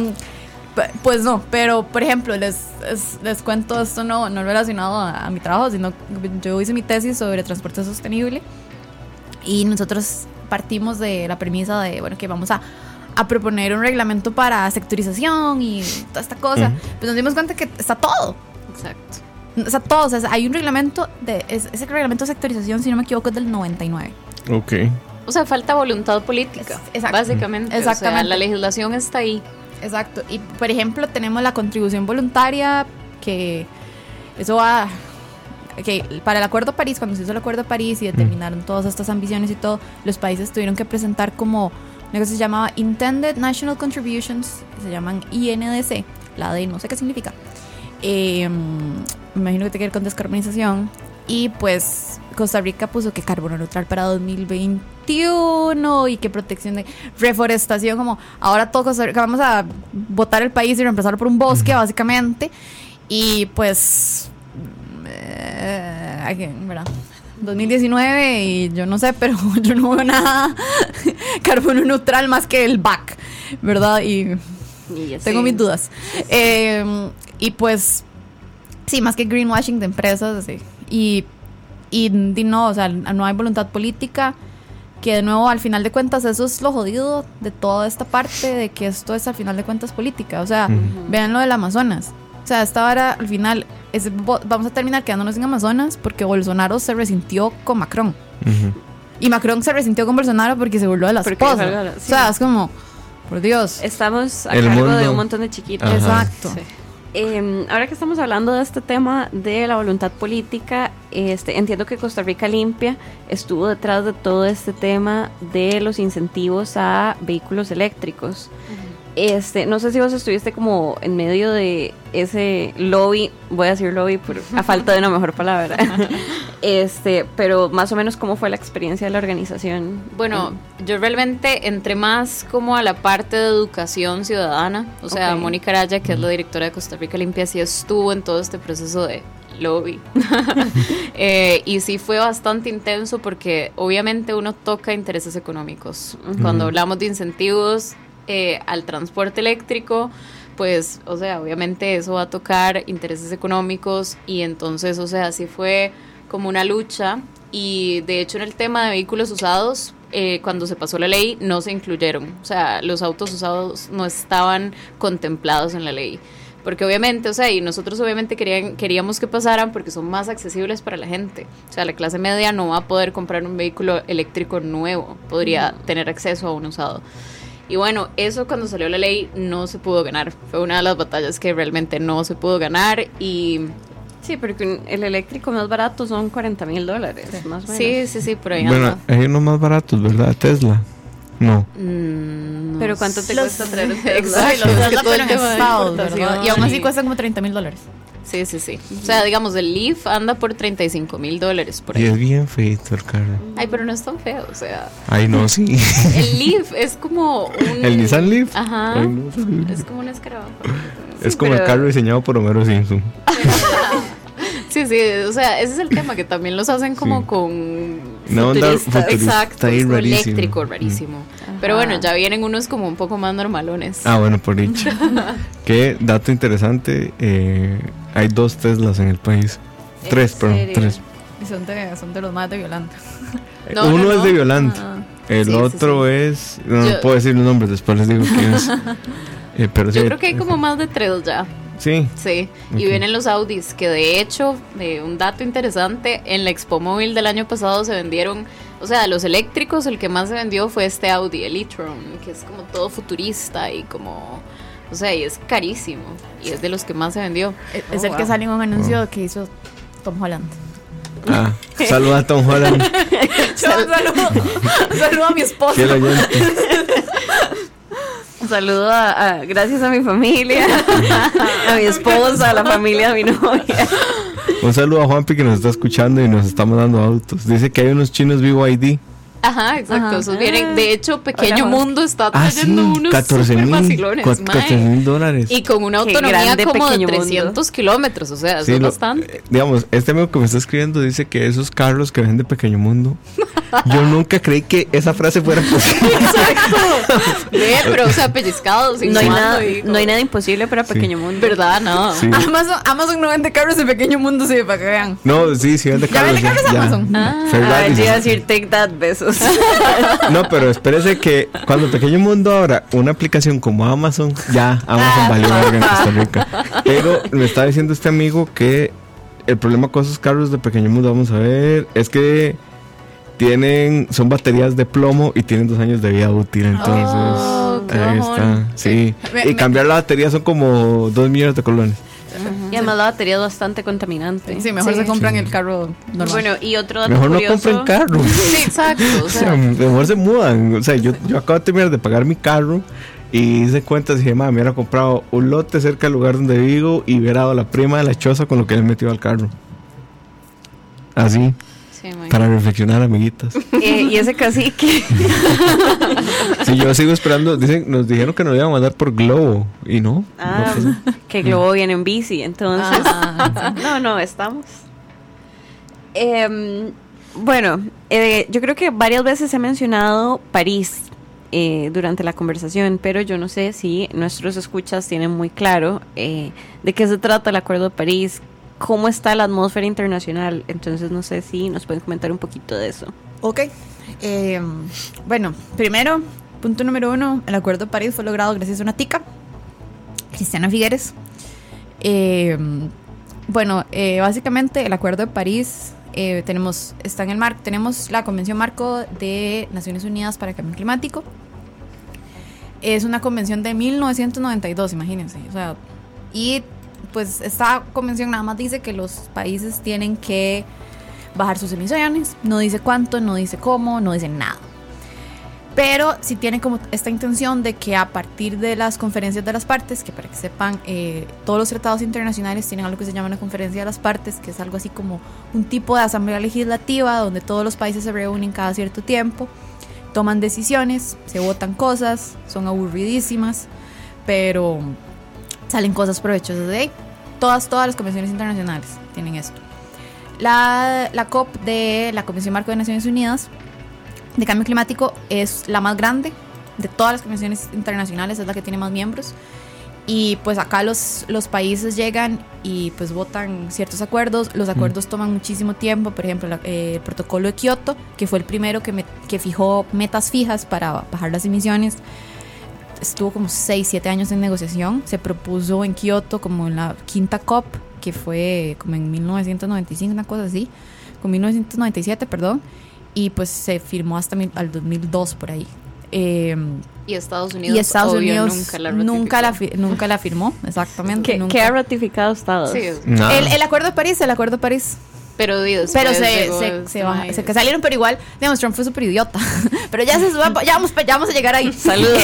Pues no, pero por ejemplo, les cuento esto no relacionado a mi trabajo, sino yo hice mi tesis sobre transporte sostenible y nosotros partimos de la premisa de, bueno, que vamos a proponer un reglamento para sectorización y toda esta cosa. Pues nos dimos cuenta que está todo. Exacto. Está todo, o sea, hay un reglamento ese reglamento de sectorización, si no me equivoco, es del 99. Ok. O sea, falta voluntad política, básicamente. Exactamente. O sea, la legislación está ahí. Exacto. Y por ejemplo, tenemos la contribución voluntaria, que eso va, que para el Acuerdo de París, cuando se hizo el Acuerdo de París y determinaron todas estas ambiciones y todo, los países tuvieron que presentar como una cosa que se llamaba Intended National Contributions, se llaman INDC, la D no sé qué significa. Me imagino que tiene que ver con descarbonización. Y pues Costa Rica puso que carbono neutral para 2021 y que protección de reforestación, como ahora todo Costa Rica, vamos a botar el país y reemplazarlo por un bosque, básicamente. Y pues ¿verdad? 2019 y yo no sé, pero yo no veo nada carbono neutral más que el BAC, ¿verdad? Y tengo mis dudas. Y pues sí, más que greenwashing de empresas, así. Y no, o sea, no hay voluntad política, que de nuevo, al final de cuentas, eso es lo jodido de toda esta parte, de que esto es al final de cuentas política. O sea, vean lo del Amazonas. O sea, esta hora, al final, vamos a terminar quedándonos en Amazonas porque Bolsonaro se resintió con Macron. Y Macron se resintió con Bolsonaro porque se burló de la esposa. Sí. O sea, es como, por Dios. Estamos a cargo de un montón de chiquitos. Ajá. Exacto. Sí. Ahora que estamos hablando de este tema de la voluntad política, entiendo que Costa Rica Limpia estuvo detrás de todo este tema de los incentivos a vehículos eléctricos. No sé si vos estuviste como en medio de ese lobby, voy a decir lobby a falta de una mejor palabra, pero más o menos cómo fue la experiencia de la organización. Bueno, yo realmente entré más como a la parte de educación ciudadana, o sea, Okay. Mónica Araya, que es la directora de Costa Rica Limpia, sí estuvo en todo este proceso de lobby. Y sí fue bastante intenso porque obviamente uno toca intereses económicos. Cuando hablamos de incentivos al transporte eléctrico, pues, o sea, obviamente eso va a tocar intereses económicos y entonces, o sea, sí fue como una lucha y de hecho en el tema de vehículos usados, cuando se pasó la ley no se incluyeron, o sea, los autos usados no estaban contemplados en la ley. Porque obviamente, o sea, y nosotros obviamente queríamos que pasaran porque son más accesibles para la gente. O sea, la clase media no va a poder comprar un vehículo eléctrico nuevo, podría tener acceso a un usado. Y bueno, eso cuando salió la ley no se pudo ganar. Fue una de las batallas que realmente no se pudo ganar y... Sí, porque el eléctrico más barato son $40,000, más o menos. Sí, por ahí Bueno, anda. hay unos más baratos, ¿verdad? Tesla. No. No Pero ¿cuánto te Los- cuesta traer un Exacto. Los Es que Tesla, todo el pero en tema de Estados, importación. ¿verdad? Y aún así Sí. cuestan como $30,000. Sí. O sea, digamos, el Leaf anda por $35,000 por Y ahí. es bien feito el carro. Ay, pero no es tan feo, o sea... Ay, no, sí. El Leaf es como un... ¿El Nissan Leaf? Ajá. Ay, no, es horrible. Es como un escarabajo. Es como pero- el carro diseñado por Homero Simpson. Sí, o sea, ese es el tema, que también los hacen como Sí. con... Una onda Futurista. futurista Exacto, ahí es como rarísimo. eléctrico, rarísimo. Pero bueno, ya vienen unos como un poco más normalones. Ah, bueno, por dicho. Qué dato interesante. Hay 2 Teslas en el país. ¿En 3, perdón. serio? 3. Y son de los más de Violanda. No, Uno no, es no. de Violante. Ah. El Sí, sí, otro sí. es. No, no Yo- puedo decir los nombres, después les digo quién es. Pero sí. Yo creo que hay como más de 3 ya. Sí. Sí, Ok. y vienen los Audis, que de hecho, un dato interesante, en la Expo Móvil del año pasado se vendieron, o sea, los eléctricos, el que más se vendió fue este Audi, el e-tron, que es como todo futurista y como, o sea, y es carísimo, y es de los que más se vendió. Es el que sale en un anuncio que hizo Tom Holland. Ah, saluda a Tom Holland. Saludo a mi esposo. Fiel oyente. Saludo gracias a mi familia, a mi esposa, a la familia de mi novia. Un saludo a Juanpi que nos está escuchando y nos estamos dando autos. Dice que hay unos chinos BYD. Ajá, exacto, Ajá. esos vienen, de hecho, Pequeño Hola, Juan. Mundo está Ah, sí, trayendo unos 14,000 super vacilones, mae. $14,000. Y con una Qué autonomía grande como de Pequeño 300 kilómetros, o sea, eso Sí, es bastante. digamos, este amigo que me está escribiendo dice que esos carros que vende Pequeño Mundo. Yo nunca creí que esa frase fuera posible. Ve, pero, o sea, pellizcados. No hay, innovando nada, y como- no hay nada imposible para Pequeño Mundo. ¿Verdad? No. Sí. Amazon no vende carros de Pequeño Mundo, sí, para que vean. No, sí vende ¿Ya carros. vende carros Amazon? Ferrari. Yo iba a decir take that, besos. No, pero espérese que cuando Pequeño Mundo abra una aplicación como Amazon, ya Amazon valió verga en Costa Rica. Pero me está diciendo este amigo que el problema con esos carros de Pequeño Mundo, vamos a ver, es que son baterías de plomo y tienen 2 años de vida útil. Entonces, Oh, qué ahí bajón. está. Sí. Y cambiar la batería son como 2 millones de colones. Y además la batería es bastante contaminante. Sí, mejor Sí. se compran el carro normal. Bueno, y otro dato Mejor no curioso. compren carro. Sí, exacto. O O sea, sea, mejor se mudan. O sea, yo acabo de terminar de pagar mi carro y hice cuentas y dije, me hubiera comprado un lote cerca del lugar donde vivo y hubiera dado la prima de la choza con lo que le he metido al carro. Así, sí, man. para reflexionar, amiguitas. Y ese cacique. Si yo sigo esperando, nos dijeron que nos iban a mandar por Globo y no. Ah, no pasó. que Globo viene en bici, entonces. No, estamos. Bueno, yo creo que varias veces he mencionado París durante la conversación, pero yo no sé si nuestros escuchas tienen muy claro de qué se trata el Acuerdo de París, cómo está la atmósfera internacional. Entonces no sé si nos pueden comentar un poquito de eso. Ok. Bueno, primero, punto número 1, el Acuerdo de París fue logrado gracias a una tica, Cristiana Figueres. Básicamente el Acuerdo de París tenemos la Convención Marco de Naciones Unidas para el Cambio Climático. Es una convención de 1992, imagínense. O sea, y pues esta convención nada más dice que los países tienen que bajar sus emisiones, no dice cuánto, no dice cómo, no dice nada. pero sí tiene como esta intención de que a partir de las conferencias de las partes, que para que sepan, todos los tratados internacionales tienen algo que se llama una conferencia de las partes, que es algo así como un tipo de asamblea legislativa donde todos los países se reúnen cada cierto tiempo, toman decisiones, se votan cosas, son aburridísimas, pero salen cosas provechosas de ahí. Todas las convenciones internacionales tienen esto. La COP de la Convención Marco de Naciones Unidas de Cambio Climático es la más grande de todas las convenciones internacionales, es la que tiene más miembros. Y pues acá los países llegan y pues votan ciertos acuerdos. Los acuerdos toman muchísimo tiempo. Por ejemplo, el protocolo de Kioto, que fue el primero que fijó metas fijas para bajar las emisiones, estuvo como 6-7 años en negociación. Se propuso en Kioto como en la quinta COP, que fue como en 1995, una cosa así, con 1997, perdón, y pues se firmó hasta al 2002 por ahí. Y Estados Unidos nunca la firmó, exactamente. ¿Qué ha ratificado Estados? Sí. El Acuerdo de París. Pero se salieron, pero igual, digamos, Trump fue súper idiota. Pero ya vamos a llegar ahí. Saludos.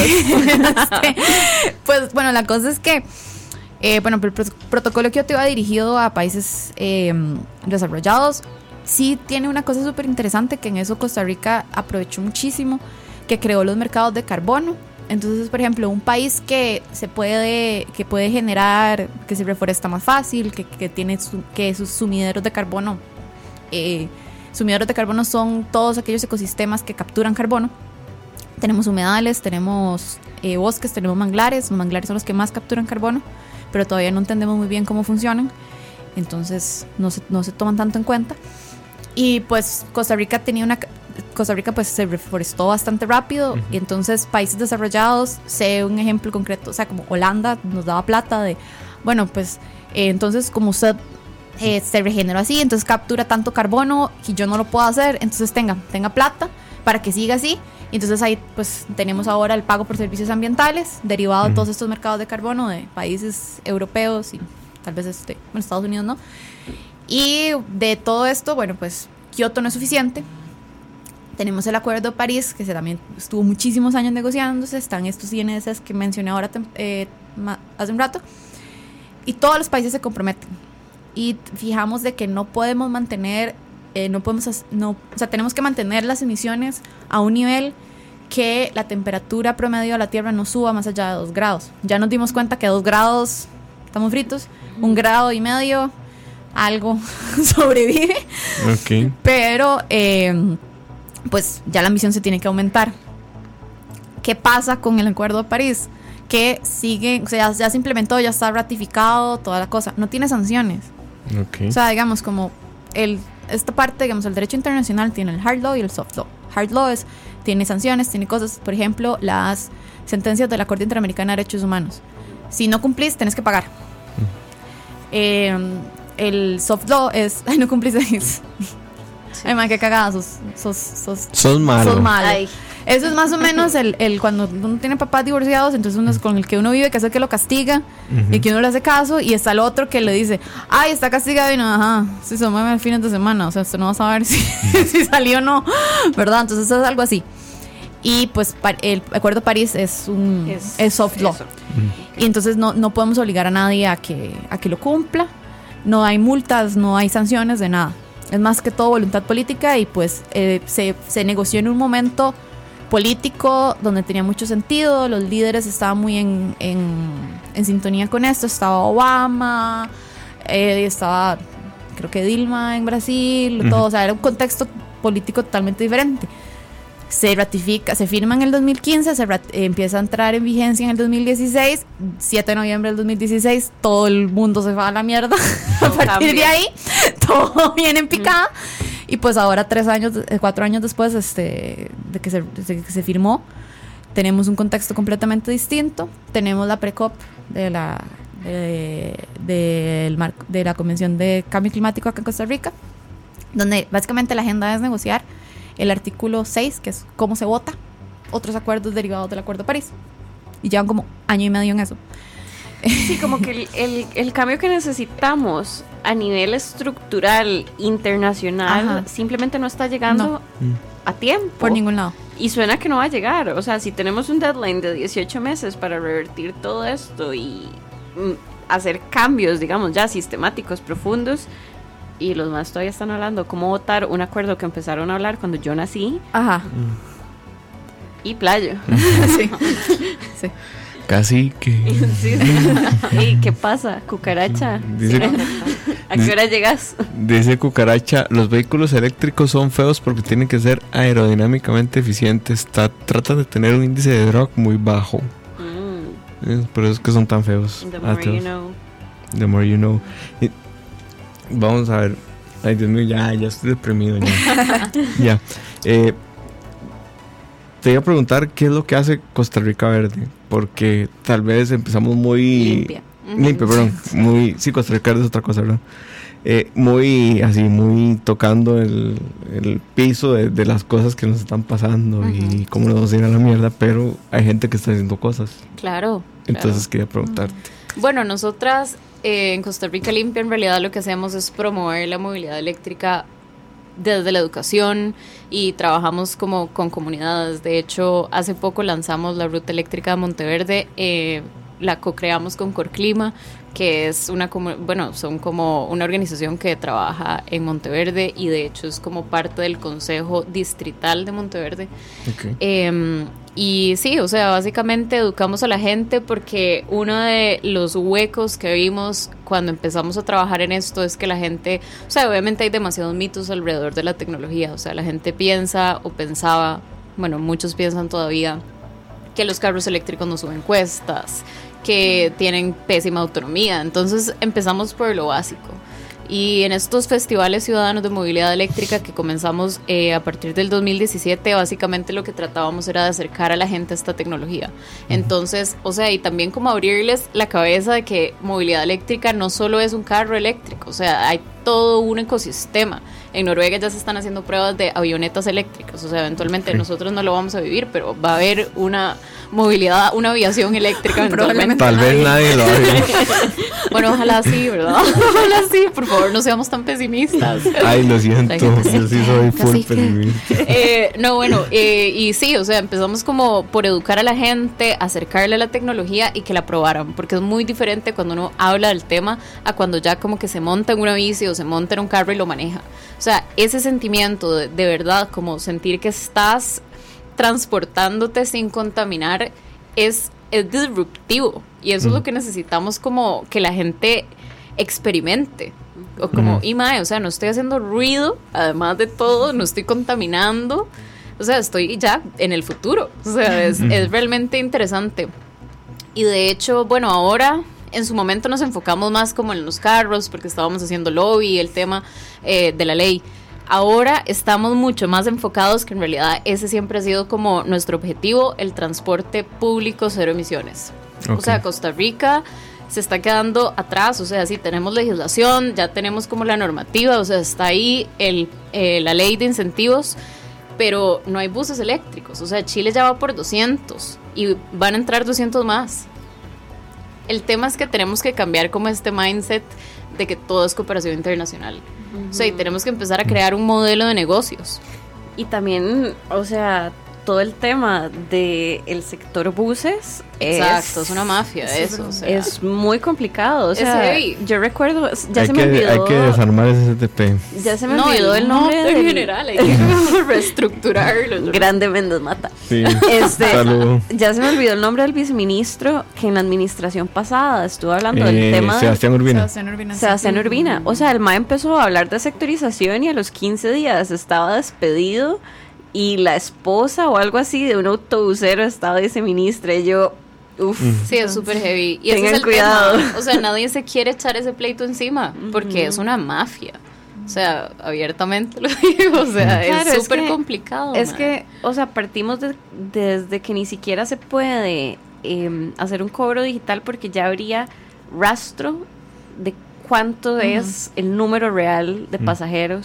Pues bueno, la cosa es que el protocolo Kioto iba dirigido a países desarrollados. Sí tiene una cosa súper interesante, que en eso Costa Rica aprovechó muchísimo, que creó los mercados de carbono. Entonces, por ejemplo, un país que puede generar, que se reforesta más fácil, que tiene sus sumideros de carbono. Sumideros de carbono son todos aquellos ecosistemas que capturan carbono. Tenemos humedales, tenemos bosques, tenemos manglares. Los manglares son los que más capturan carbono, pero todavía no entendemos muy bien cómo funcionan. Entonces no se toman tanto en cuenta. Y pues Costa Rica pues se reforestó bastante rápido. Y entonces países desarrollados, sé un ejemplo concreto, o sea, como Holanda nos daba plata de, bueno, pues entonces como usted se regeneró así, entonces captura tanto carbono y yo no lo puedo hacer, entonces tenga plata para que siga así. Y entonces ahí pues tenemos ahora el pago por servicios ambientales derivado de todos estos mercados de carbono de países europeos y tal vez Estados Unidos no. Y de todo esto, bueno, pues Kioto no es suficiente. Tenemos el Acuerdo de París, que también estuvo muchísimos años negociándose. Están estos INDCs que mencioné ahora hace un rato. Y todos los países se comprometen. Y fijamos de que no podemos mantener, tenemos que mantener las emisiones a un nivel que la temperatura promedio de la Tierra no suba más allá de 2 grados. Ya nos dimos cuenta que 2 grados estamos fritos. 1,5 grados algo sobrevive. Okay. Pero pues ya la ambición se tiene que aumentar. ¿Qué pasa con el Acuerdo de París? Que sigue, o sea, ya se implementó, ya está ratificado, toda la cosa. No tiene sanciones. Okay. O sea, digamos, como esta parte, digamos, el derecho internacional tiene el hard law y el soft law. Hard law tiene sanciones, tiene cosas, por ejemplo, las sentencias de la Corte Interamericana de Derechos Humanos. Si no cumplís, tenés que pagar. El soft law es, ay, no cumplís. Ay, man, qué cagada, sos malo. Ay. Eso es más o menos el cuando uno tiene papás divorciados, entonces uno es con el que uno vive, que es el que lo castiga y que uno le hace caso, y está el otro que le dice, ay, está castigado, y no, ajá, si se mueve el fin de semana, o sea, usted no va a saber si salió o no, ¿verdad? Entonces es algo así. Y pues el Acuerdo de París es soft law. Y entonces no podemos obligar a nadie a que lo cumpla. No hay multas, no hay sanciones de nada. Es más que todo voluntad política, y pues se negoció en un momento político donde tenía mucho sentido. Los líderes estaban muy en sintonía con esto. Estaba Obama, estaba creo que Dilma en Brasil, todo, o sea, era un contexto político totalmente diferente. Se ratifica, se firma en el 2015, empieza a entrar en vigencia en el 2016, 7 de noviembre del 2016, todo el mundo se va a la mierda. A partir de ahí, todo viene en picada. Y pues ahora 4 años después de que se firmó, tenemos un contexto completamente distinto. Tenemos la pre-COP de la Convención de Cambio Climático acá en Costa Rica, donde básicamente la agenda es negociar el artículo 6, que es cómo se vota otros acuerdos derivados del Acuerdo de París. Y llevan como año y medio en eso. Sí, como que el cambio que necesitamos a nivel estructural internacional simplemente no está llegando a tiempo. Por ningún lado. Y suena que no va a llegar. O sea, si tenemos un deadline de 18 meses para revertir todo esto y hacer cambios, digamos, ya sistemáticos, profundos, y los más todavía están hablando cómo votar un acuerdo que empezaron a hablar cuando yo nací. Ajá. Y playo. Sí. Sí. Casi que... Sí. ¿Y qué pasa? Cucaracha. Dice, ¿A qué hora llegas? dice Cucaracha, los vehículos eléctricos son feos porque tienen que ser aerodinámicamente eficientes. Tratan de tener un índice de drag muy bajo. Por eso es que son tan feos. The more you know. The more you know. Y vamos a ver. Ay, Dios mío, ya estoy deprimido. Ya. Te iba a preguntar qué es lo que hace Costa Rica Verde. Porque tal vez empezamos muy... Limpia, perdón. Muy, sí, Costa Rica Verde es otra cosa, ¿verdad? Muy así, muy tocando el piso de las cosas que nos están pasando y cómo nos vamos a ir a la mierda, pero hay gente que está haciendo cosas. Claro. Entonces quería preguntarte. Bueno, nosotras en Costa Rica Limpia en realidad lo que hacemos es promover la movilidad eléctrica desde la educación y trabajamos como con comunidades. De hecho, hace poco lanzamos la Ruta Eléctrica de Monteverde, la co-creamos con Corclima, que es son como una organización que trabaja en Monteverde y de hecho es como parte del Consejo Distrital de Monteverde. Okay. Y sí, o sea, básicamente educamos a la gente porque uno de los huecos que vimos cuando empezamos a trabajar en esto es que la gente, o sea, obviamente hay demasiados mitos alrededor de la tecnología, o sea, la gente piensa o pensaba, bueno, muchos piensan todavía que los carros eléctricos no suben cuestas, que tienen pésima autonomía, entonces empezamos por lo básico. Y en estos festivales ciudadanos de movilidad eléctrica que comenzamos a partir del 2017, básicamente lo que tratábamos era de acercar a la gente a esta tecnología. Entonces, o sea, y también como abrirles la cabeza de que movilidad eléctrica no solo es un carro eléctrico, o sea, hay todo un ecosistema. En Noruega ya se están haciendo pruebas de avionetas eléctricas, o sea, eventualmente nosotros no lo vamos a vivir, pero va a haber una movilidad, una aviación eléctrica eventualmente. Tal vez nadie lo va a vivir. Bueno, ojalá sí, ¿verdad? Ojalá sí, por favor, no seamos tan pesimistas. Ay, lo siento, yo sí soy full pesimista. No, bueno, y sí, o sea, empezamos como por educar a la gente, acercarle a la tecnología y que la probaran, porque es muy diferente cuando uno habla del tema a cuando ya como que se monta en una bici o se monta en un carro y lo maneja. O sea, ese sentimiento de verdad, como sentir que estás transportándote sin contaminar, es disruptivo. Y eso es lo que necesitamos, como que la gente experimente. O como, o sea, no estoy haciendo ruido, además de todo, no estoy contaminando. O sea, estoy ya en el futuro. O sea, es realmente interesante. Y de hecho, bueno, ahora en su momento nos enfocamos más como en los carros, porque estábamos haciendo lobby, el tema de la ley. Ahora estamos mucho más enfocados, que en realidad ese siempre ha sido como nuestro objetivo, el transporte público cero emisiones. Okay. O sea, Costa Rica se está quedando atrás, o sea, sí tenemos legislación, ya tenemos como la normativa, o sea, está ahí la ley de incentivos, pero no hay buses eléctricos. O sea, Chile ya va por 200 y van a entrar 200 más. El tema es que tenemos que cambiar como este mindset de que todo es cooperación internacional. O sea, y tenemos que empezar a crear un modelo de negocios. Y también, o sea, todo el tema del sector buses es una mafia eso, o sea, es muy complicado, o sea, yo recuerdo, ya se me olvidó, hay que desarmar ese STP. Ya se me olvidó el nombre en general, hay que reestructurarlo. Grande Méndez Mata. Sí, saludo. Ya se me olvidó el nombre del viceministro que en la administración pasada estuvo hablando del tema Sebastián Urbina. Sebastián Urbina. O sea, el MA empezó a hablar de sectorización y a los 15 días estaba despedido. Y la esposa o algo así de un autobusero estaba viceministra. Y yo, sí, es súper heavy. Y tengan ese es el cuidado. tema. O sea, nadie se quiere echar ese pleito encima porque es una mafia. O sea, abiertamente lo digo. O sea, claro, es súper complicado. Es que, o sea, partimos desde que ni siquiera se puede hacer un cobro digital porque ya habría rastro de cuánto es el número real de pasajeros.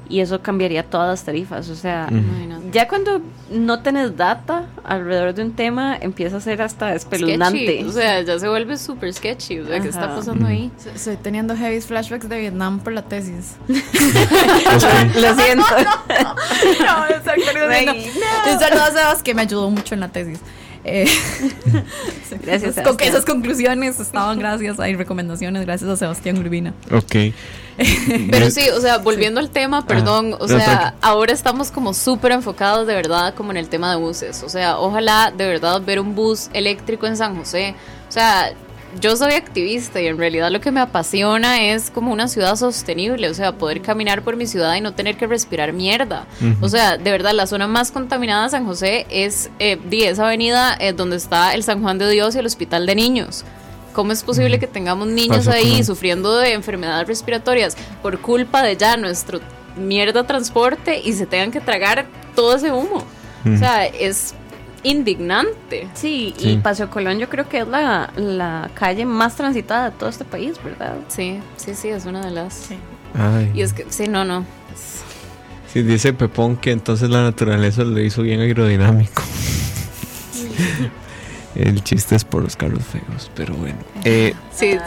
y eso cambiaría todas las tarifas. O sea, Imagínate. ya cuando no tenés data alrededor de un tema, empieza a ser hasta espeluznante. Sketchy, o sea, ya se vuelve súper sketchy. O sea, ¿qué está pasando ahí? Estoy teniendo heavy flashbacks de Vietnam por la tesis. Lo siento. No, un saludo a Sebas que me ayudó mucho en la tesis. Gracias, con que Sebastián. esas conclusiones estaban gracias, hay recomendaciones gracias a Sebastián Urbina. Ok. Pero sí, o sea, volviendo al tema, perdón, o sea, tranqui. ahora estamos como súper enfocados de verdad como en el tema de buses. O sea, ojalá de verdad ver un bus eléctrico en San José. O sea, yo soy activista y en realidad lo que me apasiona es como una ciudad sostenible, o sea, poder caminar por mi ciudad y no tener que respirar mierda. O sea, de verdad, la zona más contaminada de San José es esa avenida donde está el San Juan de Dios y el Hospital de Niños. ¿Cómo es posible que tengamos niños Paso ahí con- sufriendo de enfermedades respiratorias por culpa de ya nuestro mierda transporte y se tengan que tragar todo ese humo? O sea, es indignante. Sí, Sí. y Paseo Colón yo creo que es la calle más transitada de todo este país, ¿verdad? Sí, es una de las... Ay. Y es que, sí, no. Sí, dice Pepón que entonces la naturaleza lo hizo bien aerodinámico. El chiste es por los carros feos, pero bueno. Sí,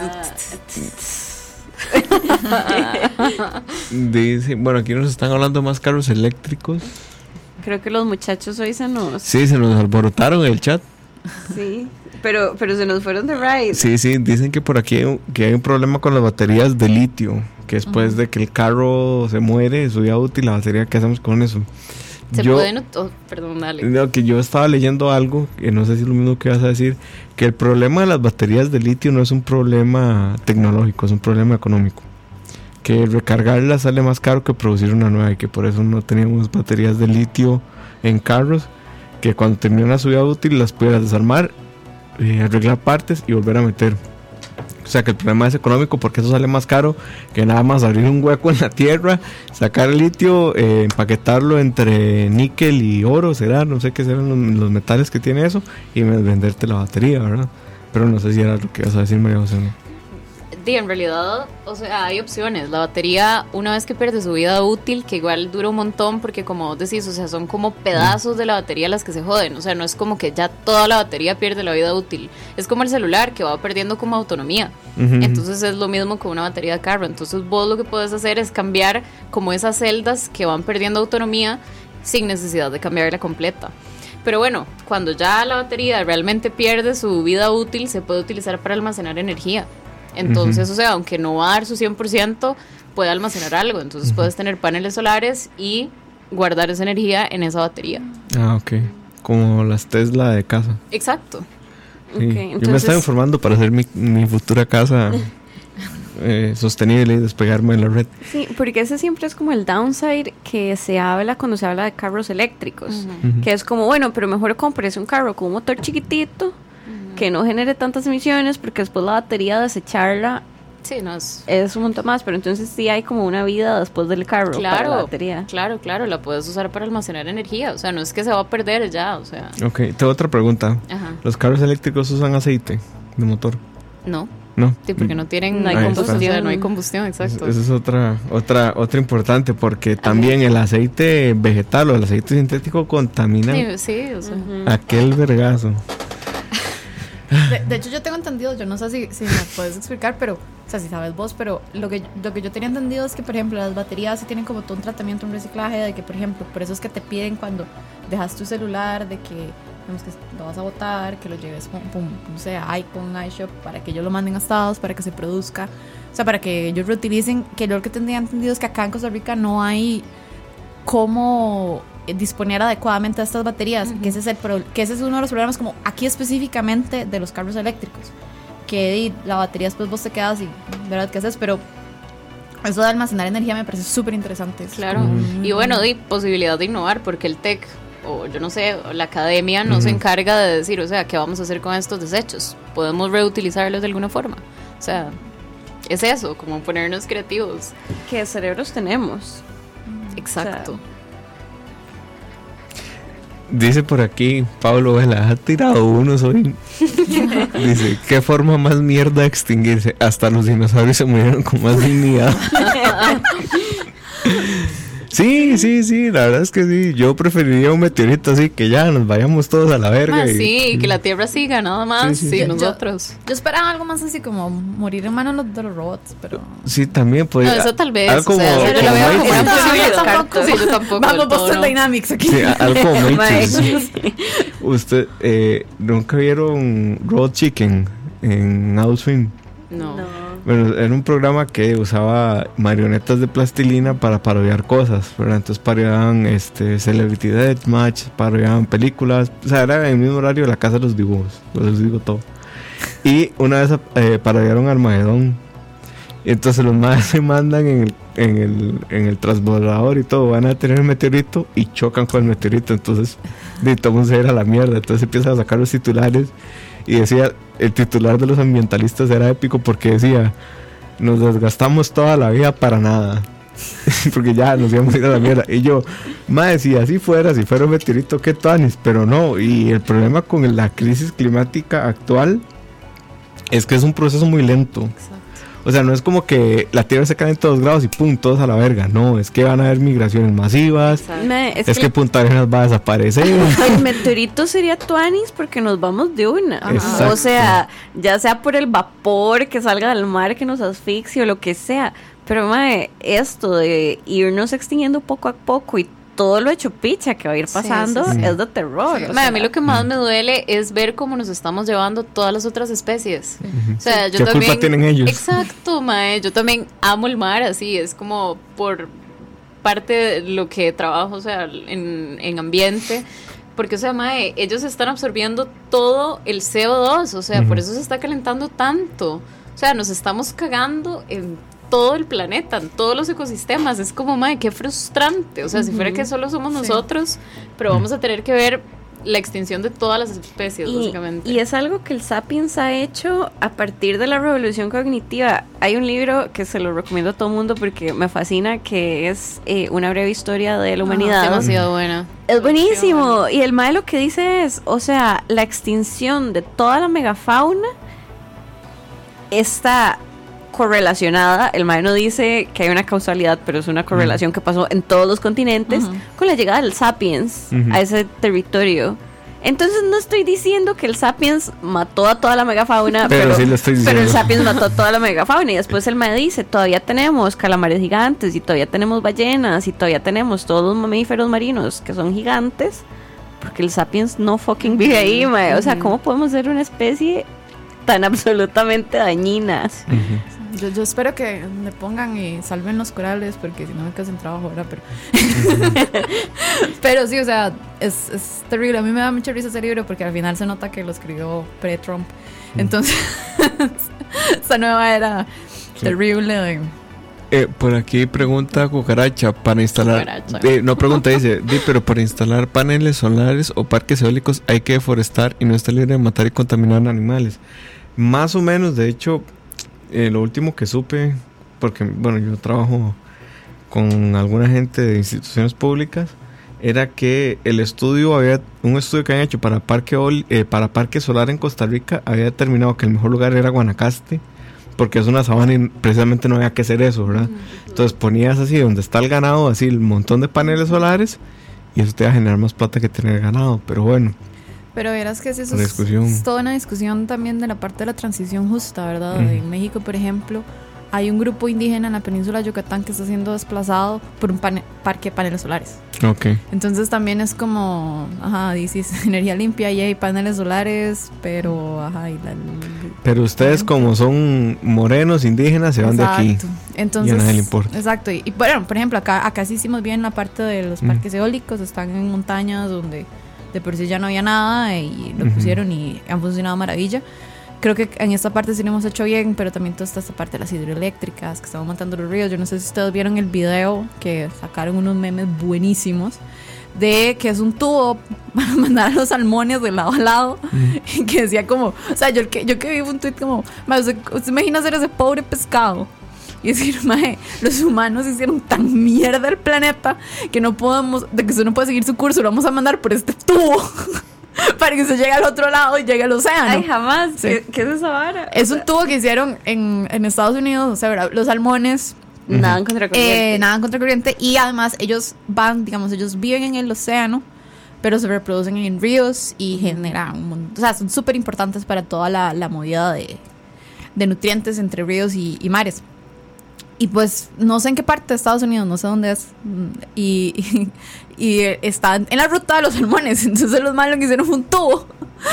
Dice, bueno, aquí nos están hablando más carros eléctricos. Creo que los muchachos hoy se nos... Sí, se nos alborotaron el chat. Sí, pero se nos fueron de ride. Sí, dicen que por aquí que hay un problema con las baterías de litio, que después de que el carro se muere, su vida útil, la batería, ¿qué hacemos con eso? se pueden... perdón, dale. No, que yo estaba leyendo algo, que no sé si es lo mismo que vas a decir, que el problema de las baterías de litio no es un problema tecnológico, es un problema económico. Que recargarlas sale más caro que producir una nueva y que por eso no teníamos baterías de litio en carros, que cuando terminan su vida útil las pudieras desarmar, arreglar partes y volver a meter. O sea que el problema es económico porque eso sale más caro que nada más abrir un hueco en la tierra, sacar el litio, empaquetarlo entre níquel y oro, será, no sé qué serán los metales que tiene eso, y venderte la batería, ¿verdad? Pero no sé si era lo que vas a decir, María José, ¿no? En realidad, o sea, hay opciones. La batería, una vez que pierde su vida útil, que igual dura un montón, porque como vos decís, o sea, son como pedazos de la batería las que se joden. O sea, no es como que ya toda la batería pierde la vida útil. Es como el celular, que va perdiendo como autonomía. Entonces es lo mismo con una batería de carro. Entonces vos lo que puedes hacer es cambiar como esas celdas que van perdiendo autonomía sin necesidad de cambiarla completa. Pero bueno, cuando ya la batería realmente pierde su vida útil, se puede utilizar para almacenar energía. Entonces, o sea, aunque no va a dar su 100%, puede almacenar algo. Entonces puedes tener paneles solares y guardar esa energía en esa batería. Ah, ok. Como las Tesla de casa. Exacto. Sí. Ok, Yo me entonces- estaba informando para hacer mi futura casa sostenible y despegarme de la red. Sí, porque ese siempre es como el downside que se habla cuando se habla de carros eléctricos. Que es como, bueno, pero mejor compres un carro con un motor chiquitito que no genere tantas emisiones, porque después la batería desecharla Sí, no es... es un montón más, pero entonces sí hay como una vida después del carro para la Claro, batería. claro, la puedes usar para almacenar energía. O sea, no es que se va a perder ya, o sea... Ok, tengo otra pregunta. Ajá. ¿Los carros eléctricos usan aceite de motor? No, No. sí, porque no tienen... No hay Ahí combustión. está. O sea, no hay combustión, exacto. Esa es otra importante, porque también el aceite vegetal o el aceite sintético contamina Sí, o sea... aquel vergazo. De hecho, yo tengo entendido, yo no sé si me puedes explicar, pero, o sea, si sabes vos, pero lo que yo tenía entendido es que, por ejemplo, las baterías sí tienen como todo un tratamiento, un reciclaje, de que, por ejemplo, por eso es que te piden cuando dejas tu celular, de que, digamos, que lo vas a botar, que lo lleves, no sé, a iPhone, iShop, para que ellos lo manden a Estados, para que se produzca, o sea, para que ellos reutilicen, que yo lo que tenía entendido es que acá en Costa Rica no hay cómo disponer adecuadamente de estas baterías, que ese es uno de los problemas como aquí específicamente de los carros eléctricos, que la batería después vos te quedas y verdad qué haces, pero eso de almacenar energía me parece súper interesante. Claro, y bueno, posibilidad de innovar, porque el TEC, o yo no sé, la academia no se encarga de decir, o sea, ¿qué vamos a hacer con estos desechos? ¿Podemos reutilizarlos de alguna forma? O sea, es eso, como ponernos creativos. ¿Qué cerebros tenemos? Exacto. Dice por aquí Pablo Vela, ha tirado unos hoy. Dice, ¿qué forma más mierda de extinguirse? Hasta los dinosaurios se murieron con más dignidad. Sí, la verdad es que sí. Yo preferiría un meteorito así, que ya nos vayamos todos a la verga. Sí, que la Tierra siga nada más, Sí. nosotros. Yo esperaba algo más así como morir en manos de los robots, pero... Sí, también podría. No, eso tal vez. Algo o sea, como, yo lo veo como una Matrix. posibilidad. Sí, yo tampoco. Vamos, del todo, Boston ¿no? Dynamics aquí. Sí, algo como Matrix. Mae. ¿Usted nunca vieron Raw Chicken en Adult Swim? No. Bueno, era un programa que usaba marionetas de plastilina para parodiar cosas, ¿verdad? Entonces parodiaban Celebrity Deathmatch, parodiaban películas, o sea, era en el mismo horario de La Casa de los Dibujos, les digo todo. Y una vez parodiaron Armagedón. Y entonces los más se mandan en el transbordador y todo, van a tener el meteorito y chocan con el meteorito, entonces todo el mundo se va a ir a la mierda, entonces empiezan a sacar los titulares y decía, el titular de los ambientalistas era épico porque decía, nos desgastamos toda la vida para nada, porque ya nos íbamos a ir a la mierda. Y yo, madre, si así fuera, si fuera un meteorito, qué tuanis, pero no. Y el problema con la crisis climática actual es que es un proceso muy lento. Exacto. O sea, no es como que la Tierra se calienta 2 grados y pum, todos a la verga. No, es que van a haber migraciones masivas. Exacto. Mae, Es que Punta Arenas va a desaparecer. el meteorito sería tuanis porque nos vamos de una. Exacto. O sea, ya sea por el vapor que salga del mar que nos asfixie o lo que sea. Pero mae, esto de irnos extinguiendo poco a poco y todo lo hecho picha que va a ir pasando Sí. es de terror. Sí, o Mae, sea, a mí lo que más me duele es ver cómo nos estamos llevando todas las otras especies. O sea, yo ¿Qué también. culpa tienen ellos? Exacto, mae. Yo también amo el mar, así. Es como por parte de lo que trabajo, o sea, en ambiente. Porque, o sea, mae, ellos están absorbiendo todo el CO2. O sea, por eso se está calentando tanto. O sea, nos estamos cagando en todo el planeta, en todos los ecosistemas. Es como, mae, qué frustrante. O sea, si fuera que solo somos nosotros, pero vamos a tener que ver la extinción de todas las especies, básicamente. y es algo que el Sapiens ha hecho a partir de la revolución cognitiva. Hay un libro que se lo recomiendo a todo el mundo porque me fascina, que es Una breve historia de la humanidad. Demasiado buena. Es buenísimo. Y el mae lo que dice es, o sea, la extinción de toda la megafauna está correlacionada. El mae no dice que hay una causalidad, pero es una correlación que pasó en todos los continentes con la llegada del Sapiens a ese territorio. Entonces no estoy diciendo que el Sapiens mató a toda la megafauna, Pero sí lo estoy diciendo. pero el Sapiens mató a toda la megafauna. Y después el mae dice, todavía tenemos calamares gigantes, y todavía tenemos ballenas, y todavía tenemos todos los mamíferos marinos que son gigantes, porque el Sapiens no fucking vive ahí, mae. O sea, ¿cómo podemos ser una especie tan absolutamente dañinas? Yo espero que me pongan y salven los corales, porque si no me quedo sin trabajo ahora, pero... pero sí, o sea, es terrible. A mí me da mucha risa ese libro porque al final se nota que lo escribió pre-Trump. Entonces, esta nueva era terrible. Por aquí pregunta Cucaracha, para instalar... Cucaracha. no pregunta, dice, pero para instalar paneles solares o parques eólicos hay que deforestar y no está libre de matar y contaminar animales. Más o menos, de hecho... lo último que supe, porque bueno, yo trabajo con alguna gente de instituciones públicas, era que un estudio que habían hecho para parque solar en Costa Rica había determinado que el mejor lugar era Guanacaste, porque es una sabana y precisamente no había que hacer eso, ¿verdad? Entonces ponías así donde está el ganado, así el montón de paneles solares, y eso te va a generar más plata que tener ganado, pero bueno. Pero verás que eso es toda una discusión también de la parte de la transición justa, ¿verdad? En México, por ejemplo, hay un grupo indígena en la península de Yucatán que está siendo desplazado por un parque de paneles solares. Ok. Entonces también es como, dices energía limpia y hay paneles solares, pero, Pero ustedes como son morenos, indígenas, se van de aquí. Entonces, y a nadie le importa. Exacto. Y bueno, por ejemplo, acá sí hicimos bien la parte de los parques eólicos, están en montañas donde de por sí ya no había nada y lo pusieron y han funcionado maravilla. Creo que en esta parte sí lo hemos hecho bien, pero también toda esta parte de las hidroeléctricas que estamos montando los ríos. Yo no sé si ustedes vieron el video que sacaron unos memes buenísimos de que es un tubo para mandar a los salmones de lado a lado y que decía como, o sea, yo que vi un tweet como, ¿usted imagina hacer ese pobre pescado? Y decir, mae, los humanos hicieron tan mierda el planeta que no podemos, de que usted no puede seguir su curso, lo vamos a mandar por este tubo para que se llegue al otro lado y llegue al océano. Ay, jamás. Sí. ¿Qué es esa vara? Es un tubo que hicieron en Estados Unidos, o sea, ¿verdad? Los salmones Nadan contra corriente. Nadan contra corriente y además ellos viven en el océano, pero se reproducen en ríos y generan un montón, o sea, son súper importantes para toda la movida de nutrientes entre ríos y mares. Y pues no sé en qué parte de Estados Unidos, no sé dónde es, y están en la ruta de los salmones. Entonces los malos hicieron un tubo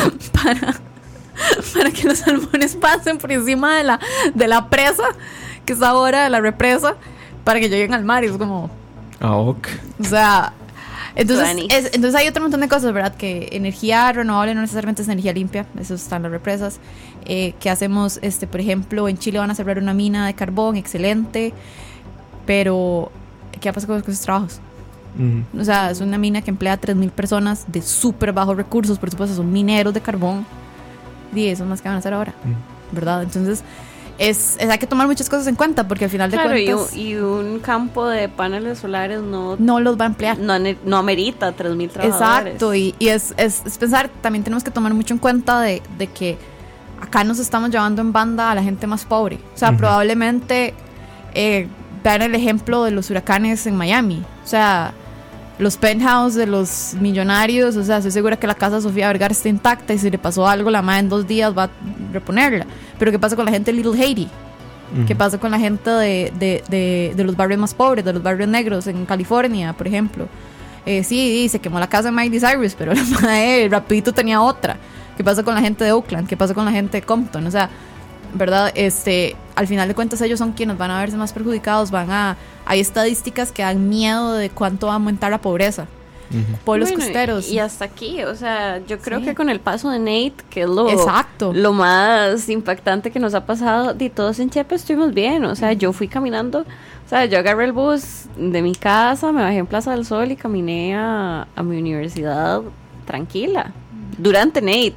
para que los salmones pasen por encima de la presa, que es ahora de la represa, para que lleguen al mar. Y es como... ok. O sea... Entonces hay otro montón de cosas, ¿verdad? Que energía renovable no necesariamente es energía limpia. Eso está en las represas. ¿Qué hacemos? Por ejemplo, en Chile van a cerrar una mina de carbón, excelente. Pero, ¿qué pasa con esos trabajos? O sea, es una mina que emplea a 3,000 personas de súper bajos recursos. Por supuesto, son mineros de carbón. Y eso es más que van a hacer ahora, ¿verdad? Entonces... hay que tomar muchas cosas en cuenta, porque al final de cuentas... Y un campo de paneles solares no los va a emplear. No amerita 3,000 trabajadores. Exacto, y es pensar, también tenemos que tomar mucho en cuenta de que acá nos estamos llevando en banda a la gente más pobre. O sea, probablemente vean el ejemplo de los huracanes en Miami. O sea, los penthouse de los millonarios, o sea, estoy segura que la casa Sofía Vergara está intacta y si le pasó algo, la madre en 2 días va a reponerla. Pero ¿qué pasa con la gente de Little Haiti? ¿Qué pasa con la gente de los barrios más pobres, de los barrios negros en California, por ejemplo? Sí, se quemó la casa de Miley Cyrus, pero la madre rapidito tenía otra. ¿Qué pasa con la gente de Oakland? ¿Qué pasa con la gente de Compton? O sea, ¿verdad? Al final de cuentas ellos son quienes van a verse más perjudicados. Hay estadísticas que dan miedo de cuánto va a aumentar la pobreza. Pueblos costeros. Y hasta aquí, o sea, yo creo que con el paso de Nate, que es Exacto. lo más impactante que nos ha pasado, de todos en Chepe estuvimos bien, o sea, yo fui caminando, o sea, yo agarré el bus de mi casa, me bajé en Plaza del Sol y caminé a mi universidad tranquila, durante Nate.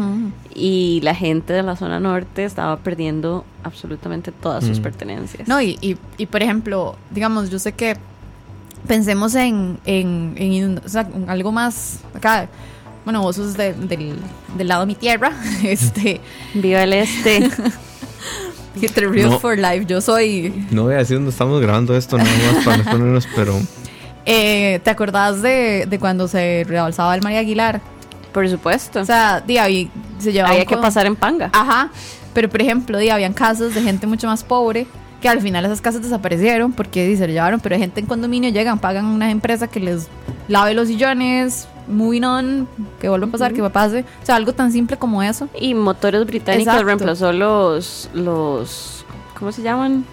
Y la gente de la zona norte estaba perdiendo absolutamente todas sus pertenencias. No, y por ejemplo, digamos, yo sé que pensemos en o sea, algo más acá. Bueno, vos sos del lado de mi tierra. Viva el este. Real for life. Yo soy... No voy a decir dónde estamos grabando esto, nada más para no ponernos, pero... ¿Te acordás de cuando se rebalsaba el María Aguilar? Por supuesto. O sea, se llevaba había que pasar en panga. Ajá. Pero, por ejemplo, habían casas de gente mucho más pobre, que al final esas casas desaparecieron porque se lo llevaron, pero hay gente en condominio, llegan, pagan una empresa que les lave los sillones, moving on, que vuelva a pasar, que va a pase. O sea, algo tan simple como eso. Y Motores Británicos reemplazó los ¿cómo se llaman?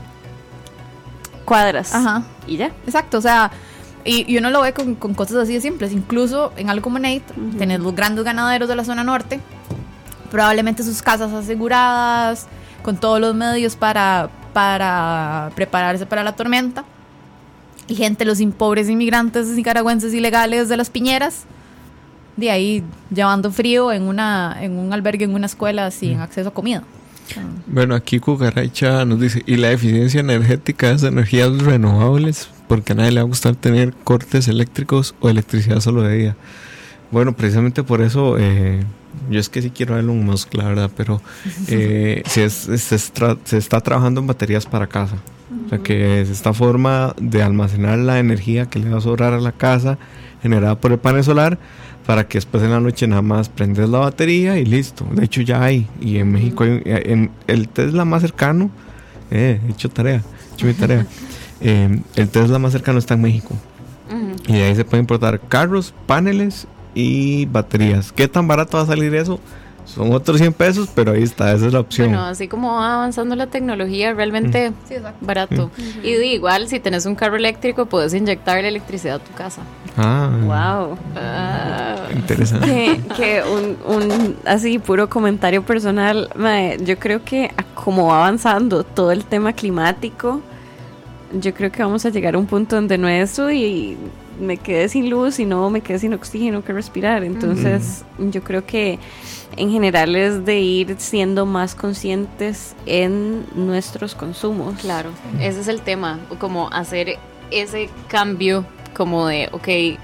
Cuadras. Ajá. Y ya. Exacto, o sea, y uno lo ve con cosas así de simples. Incluso en algo como Nate, tenés los grandes ganaderos de la zona norte, probablemente sus casas aseguradas, con todos los medios para prepararse para la tormenta, y gente, los pobres inmigrantes nicaragüenses ilegales de las Piñeras, de ahí llevando frío en un albergue, en una escuela, sin acceso a comida. Bueno, aquí Cucaracha nos dice, y la eficiencia energética es de energías renovables, porque a nadie le va a gustar tener cortes eléctricos o electricidad solo de día. Bueno, precisamente por eso yo es que sí quiero a Elon Musk, la verdad, pero se está trabajando en baterías para casa. O sea, que es esta forma de almacenar la energía que le va a sobrar a la casa generada por el panel solar, para que después en la noche nada más prendes la batería y listo. De hecho ya hay, y en México hay, en el Tesla más cercano, he hecho mi tarea. El Tesla más cercano está en México. Y de ahí se pueden importar carros, paneles y baterías. ¿Qué tan barato va a salir eso? Son otros 100 pesos, pero ahí está, esa es la opción. Bueno, así como va avanzando la tecnología, realmente barato. Y igual, si tenés un carro eléctrico, puedes inyectar la electricidad a tu casa. Wow. Interesante. Que un así puro comentario personal, yo creo que como va avanzando todo el tema climático, yo creo que vamos a llegar a un punto donde no es eso y me quedé sin luz y no me quedé sin oxígeno que respirar. Entonces yo creo que en general es de ir siendo más conscientes en nuestros consumos. Claro, ese es el tema, como hacer ese cambio como de, ok,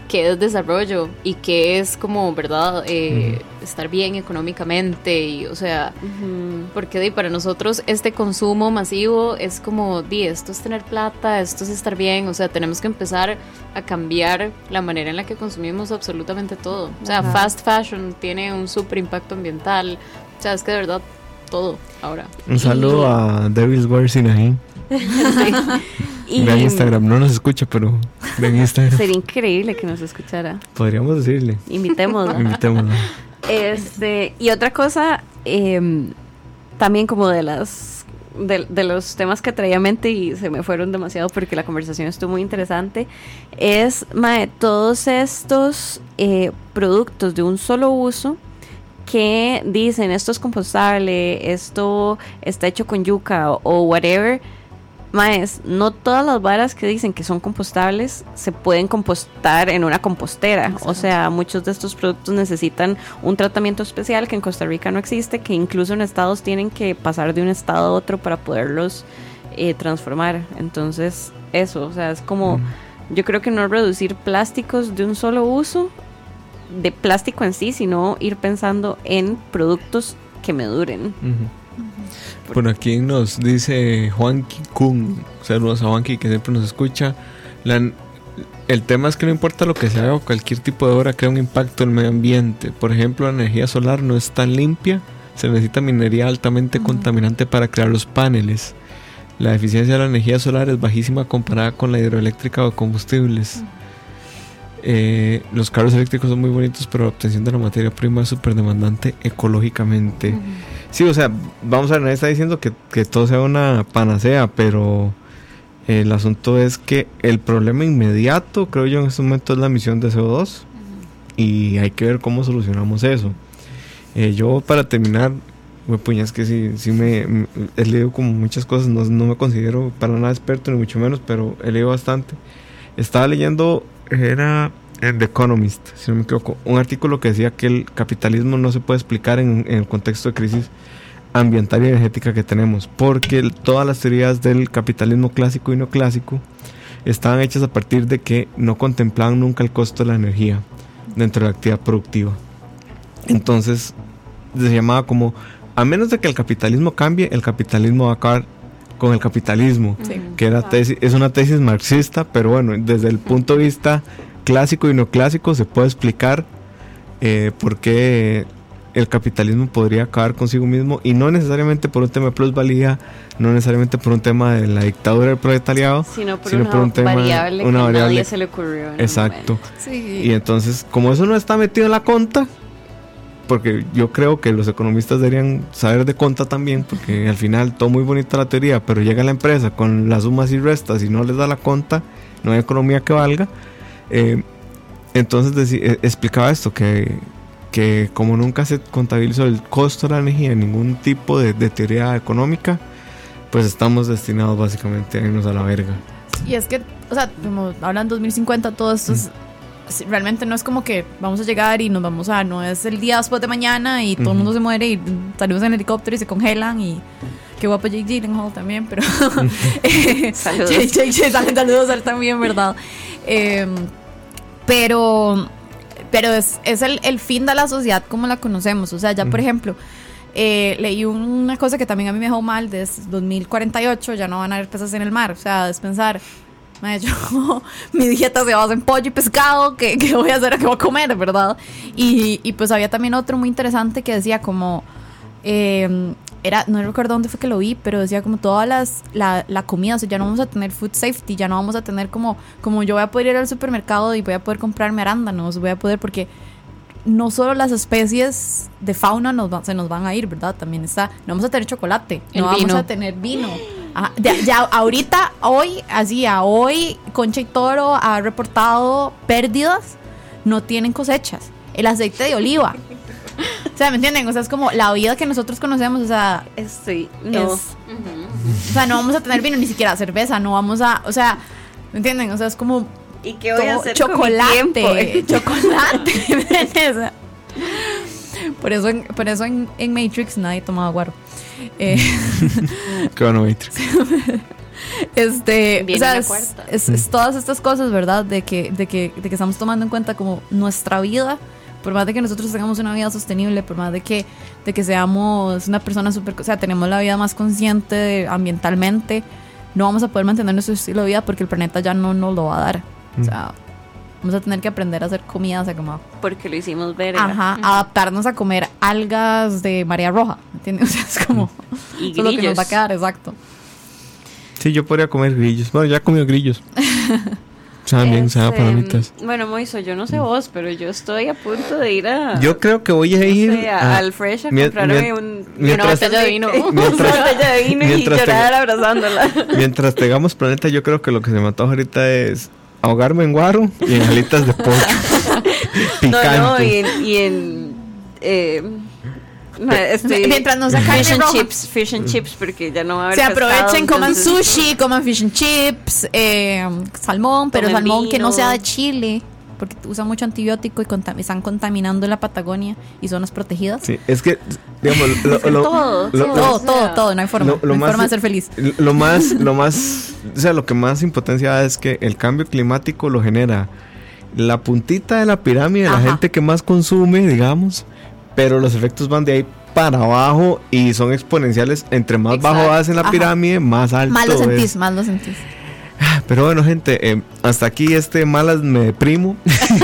qué es desarrollo y qué es como, ¿verdad? Estar bien económicamente y, o sea, porque para nosotros este consumo masivo es como, esto es tener plata, esto es estar bien, o sea, tenemos que empezar a cambiar la manera en la que consumimos absolutamente todo. O sea, fast fashion tiene un súper impacto ambiental, o sea, es que de verdad todo ahora. Un saludo a Devil's Wear Sinají. Vean Instagram, no nos escucha, pero ven Instagram. Sería increíble que nos escuchara. Podríamos decirle. Invitémosla. Y otra cosa, también como de los temas que traía a mente y se me fueron demasiado porque la conversación estuvo muy interesante, es todos estos productos de un solo uso que dicen esto es compostable, esto está hecho con yuca o whatever. No todas las varas que dicen que son compostables se pueden compostar en una compostera. Exacto. O sea, muchos de estos productos necesitan un tratamiento especial que en Costa Rica no existe, que incluso en estados tienen que pasar de un estado a otro para poderlos transformar. Entonces, eso, o sea, es como, yo creo que no reducir plásticos de un solo uso, de plástico en sí, sino ir pensando en productos que me duren. Bueno, aquí nos dice Juanqui Kun, saludos a Juanqui que siempre nos escucha. El tema es que no importa lo que se haga o cualquier tipo de obra crea un impacto en el medio ambiente. Por ejemplo, la energía solar no es tan limpia, se necesita minería altamente contaminante para crear los paneles. La eficiencia de la energía solar es bajísima comparada con la hidroeléctrica o combustibles. Los carros eléctricos son muy bonitos, pero la obtención de la materia prima es súper demandante ecológicamente. Sí, o sea, vamos a ver, nadie está diciendo que todo sea una panacea, pero el asunto es que el problema inmediato, creo yo, en este momento es la emisión de CO2 y hay que ver cómo solucionamos eso. Yo, para terminar, es que sí me he leído como muchas cosas, no me considero para nada experto, ni mucho menos, pero he leído bastante. Estaba leyendo, era en The Economist, si no me equivoco, un artículo que decía que el capitalismo no se puede explicar en el contexto de crisis ambiental y energética que tenemos, porque todas las teorías del capitalismo clásico y no clásico estaban hechas a partir de que no contemplaban nunca el costo de la energía dentro de la actividad productiva. Entonces se llamaba como, a menos de que el capitalismo cambie, el capitalismo va a acabar con el capitalismo, que es una tesis marxista, pero bueno, desde el punto de vista clásico y no clásico se puede explicar por qué el capitalismo podría acabar consigo mismo, y no necesariamente por un tema de plusvalía, no necesariamente por un tema de la dictadura del proletariado, sino por un tema, variable que nadie se le ocurrió. Exacto. Sí. Y entonces, como eso no está metido en la conta, porque yo creo que los economistas deberían saber de conta también, porque al final todo muy bonita la teoría, pero llega la empresa con las sumas y restas y no les da la conta, no hay economía que valga. Entonces explicaba esto, que como nunca se contabilizó el costo de la energía en ningún tipo de teoría económica, pues estamos destinados básicamente a irnos a la verga. Y es que, o sea, como hablan 2050, todo esto es, realmente no es como que vamos a llegar y nos vamos a, no es el día después de mañana y todo el mundo se muere y salimos en helicóptero y se congelan y qué guapo Jake Gyllenhaal también, pero saludos. Saludos a él también, ¿verdad? Pero es el fin de la sociedad como la conocemos. O sea, ya por ejemplo, leí una cosa que también a mí me dejó mal, de 2048 ya no van a haber peces en el mar. O sea, es pensar, mi dieta se basa en pollo y pescado, ¿qué voy a hacer? ¿Qué voy a comer? ¿Verdad? Y pues había también otro muy interesante que decía como no recuerdo dónde fue que lo vi, pero decía como toda la comida, o sea, ya no vamos a tener food safety, ya no vamos a tener como yo voy a poder ir al supermercado y voy a poder comprarme arándanos, voy a poder, porque no solo las especies de fauna se nos van a ir, ¿verdad? También no vamos a tener chocolate, vamos a tener vino. Ya ahorita, hoy Concha y Toro ha reportado pérdidas, no tienen cosechas. El aceite de oliva, o sea, ¿me entienden? O sea, es como la vida que nosotros conocemos, o sea, o sea, no vamos a tener vino, ni siquiera cerveza, no vamos a, o sea, ¿me entienden? O sea, es como, ¿y qué voy a hacer chocolate, con mi tiempo? Chocolate. Por eso en Matrix nadie tomaba guaro. Qué bueno Matrix. O sea, la cuarta. es todas estas cosas, ¿verdad? De que estamos tomando en cuenta como nuestra vida, por más de que nosotros tengamos una vida sostenible, por más de que seamos una persona súper, o sea, tenemos la vida más consciente ambientalmente, no vamos a poder mantener nuestro estilo de vida porque el planeta ya no nos lo va a dar. O sea, vamos a tener que aprender a hacer comida, o sea, como... Porque lo hicimos ver. Adaptarnos a comer algas de marea roja, ¿entiendes? O sea, es como... Y eso es lo que nos grillos. va a quedar, exacto. Sí, yo podría comer grillos. Bueno, ya he comido grillos. Saben bien, saben a palomitas. Bueno, Moiso, yo no sé vos, pero yo estoy a punto de ir a... Yo creo que voy a ir al Fresh a comprarme una botella de vino. Una botella de vino y llorar abrazándola. Mientras tengamos planeta, yo creo que lo que se me antoja ahorita es ahogarme en guaro y en alitas de pollo. Picante. No, y en mientras nos sacan fish and chips, porque ya no va a haber se aprovechen, pescado, coman entonces... sushi, coman fish and chips, salmón, pero Tomen salmón que no vino. sea de Chile, porque usan mucho antibiótico y están contaminando la Patagonia y zonas protegidas. Sí, es que, digamos, todo, no hay forma, no hay forma de ser feliz. Lo más, o sea, lo que más impotencia da es que el cambio climático lo genera la puntita de la pirámide, la gente que más consume, digamos, pero los efectos van de ahí para abajo y son exponenciales. Entre más bajo vas en la pirámide, más alto Más lo sentís, es. más lo sentís. Pero bueno, gente, hasta aquí malas me deprimo.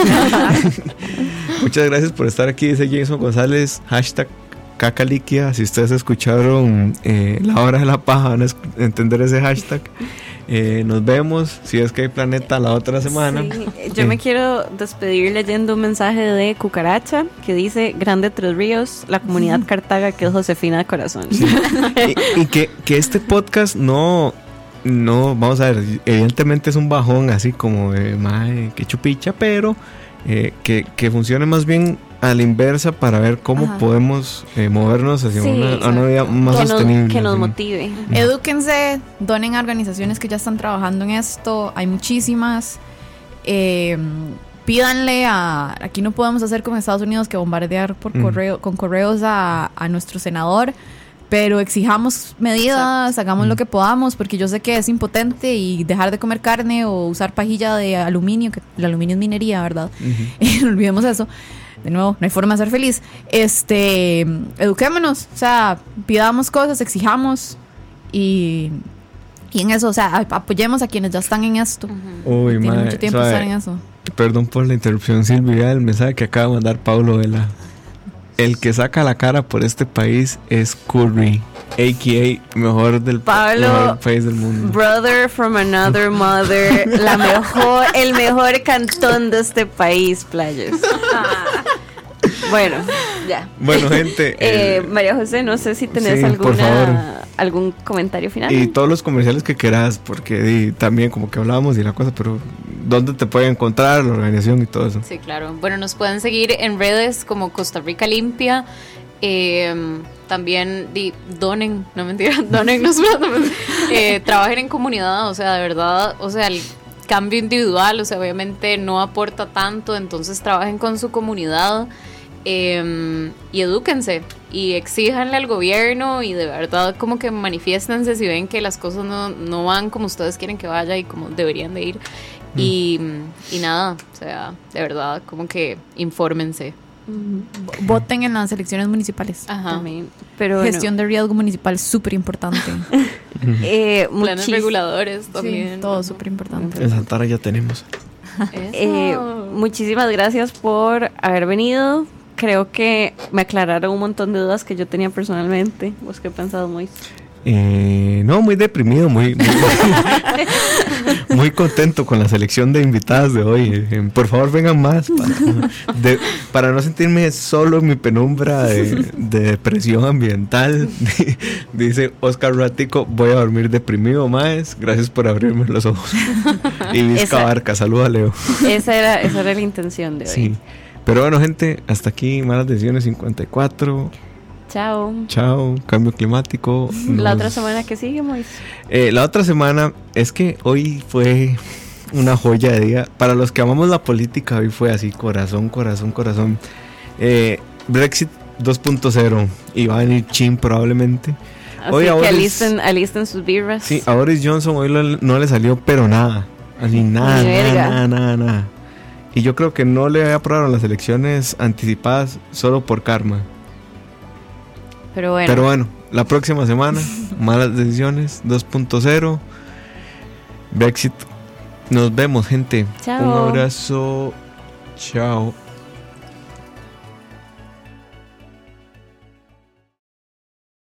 Muchas gracias por estar aquí, dice Jason González, #cacaliquia. Si ustedes escucharon La Hora de la Paja, van a entender ese hashtag. Nos vemos, si es que hay planeta, la otra semana. Sí, yo me quiero despedir leyendo un mensaje de Cucaracha que dice: Grande Tres Ríos, la comunidad Cartaga, que es Josefina de corazón. Sí. y que este podcast no, vamos a ver, evidentemente es un bajón así como de que chupicha, pero que funcione más bien a la inversa para ver cómo podemos movernos hacia una vida más sostenible. Que nos motive. Edúquense, donen a organizaciones que ya están trabajando en esto, hay muchísimas. Pídanle aquí no podemos hacer como Estados Unidos, que bombardear por con correos a nuestro senador, pero exijamos medidas, hagamos lo que podamos, porque yo sé que es impotente y dejar de comer carne o usar pajilla de aluminio, que el aluminio es minería, ¿verdad? No olvidemos eso. De nuevo, no hay forma de ser feliz. Eduquémonos, o sea, pidamos cosas, exijamos y en eso, o sea, apoyemos a quienes ya están en esto. Uy, tienen mucho tiempo de estar en eso. Perdón por la interrupción, Silvia, el mensaje que acaba de mandar Paulo Vela. El que saca la cara por este país es Curry, a.k.a. mejor país del mundo. Brother from another mother, el mejor cantón de este país, playas. Bueno, ya. Bueno, gente. María José, no sé si tenés algún comentario final. Y todos los comerciales que quieras, porque también como que hablábamos y la cosa, pero ¿dónde te pueden encontrar la organización y todo eso? Sí, claro. Bueno, nos pueden seguir en redes como Costa Rica Limpia. También donen, no mentira, donen, trabajen en comunidad, o sea, de verdad, o sea, el cambio individual, o sea, obviamente no aporta tanto, entonces trabajen con su comunidad. Y edúquense y exíjanle al gobierno y de verdad como que manifiéstense si ven que las cosas no van como ustedes quieren que vaya y como deberían de ir. Y nada, o sea, de verdad como que infórmense. Voten en las elecciones municipales. Ajá. Pero gestión de riesgo municipal súper importante. Planes reguladores también. Sí, todo súper importante. En Santara ya tenemos. Muchísimas gracias por haber venido. Creo que me aclararon un montón de dudas que yo tenía personalmente. ¿Vos qué pensás, Mois? No, muy deprimido, muy contento con la selección de invitadas de hoy. Por favor, vengan más para no sentirme solo en mi penumbra de depresión ambiental. Dice Oscar Ratico: voy a dormir deprimido, más. Gracias por abrirme los ojos. Y Vizca Barca, saluda, Leo. Esa era la intención de hoy. Sí. Pero bueno, gente, hasta aquí Malas Decisiones 54. Chao, cambio climático. La otra semana que sigue, Mois. La otra semana, es que hoy fue una joya de día. Para los que amamos la política, hoy fue así, corazón. Brexit 2.0. Y va a venir Chin probablemente. Así Hoy a que Boris- alisten sus birras. Sí, a Boris Johnson hoy no le salió pero nada. Así nada, Ni verga. nada. Y yo creo que no le aprobaron las elecciones anticipadas solo por karma. Pero bueno. Pero bueno, la próxima semana, malas decisiones 2.0, Brexit. Nos vemos, gente. Chao. Un abrazo. Chao.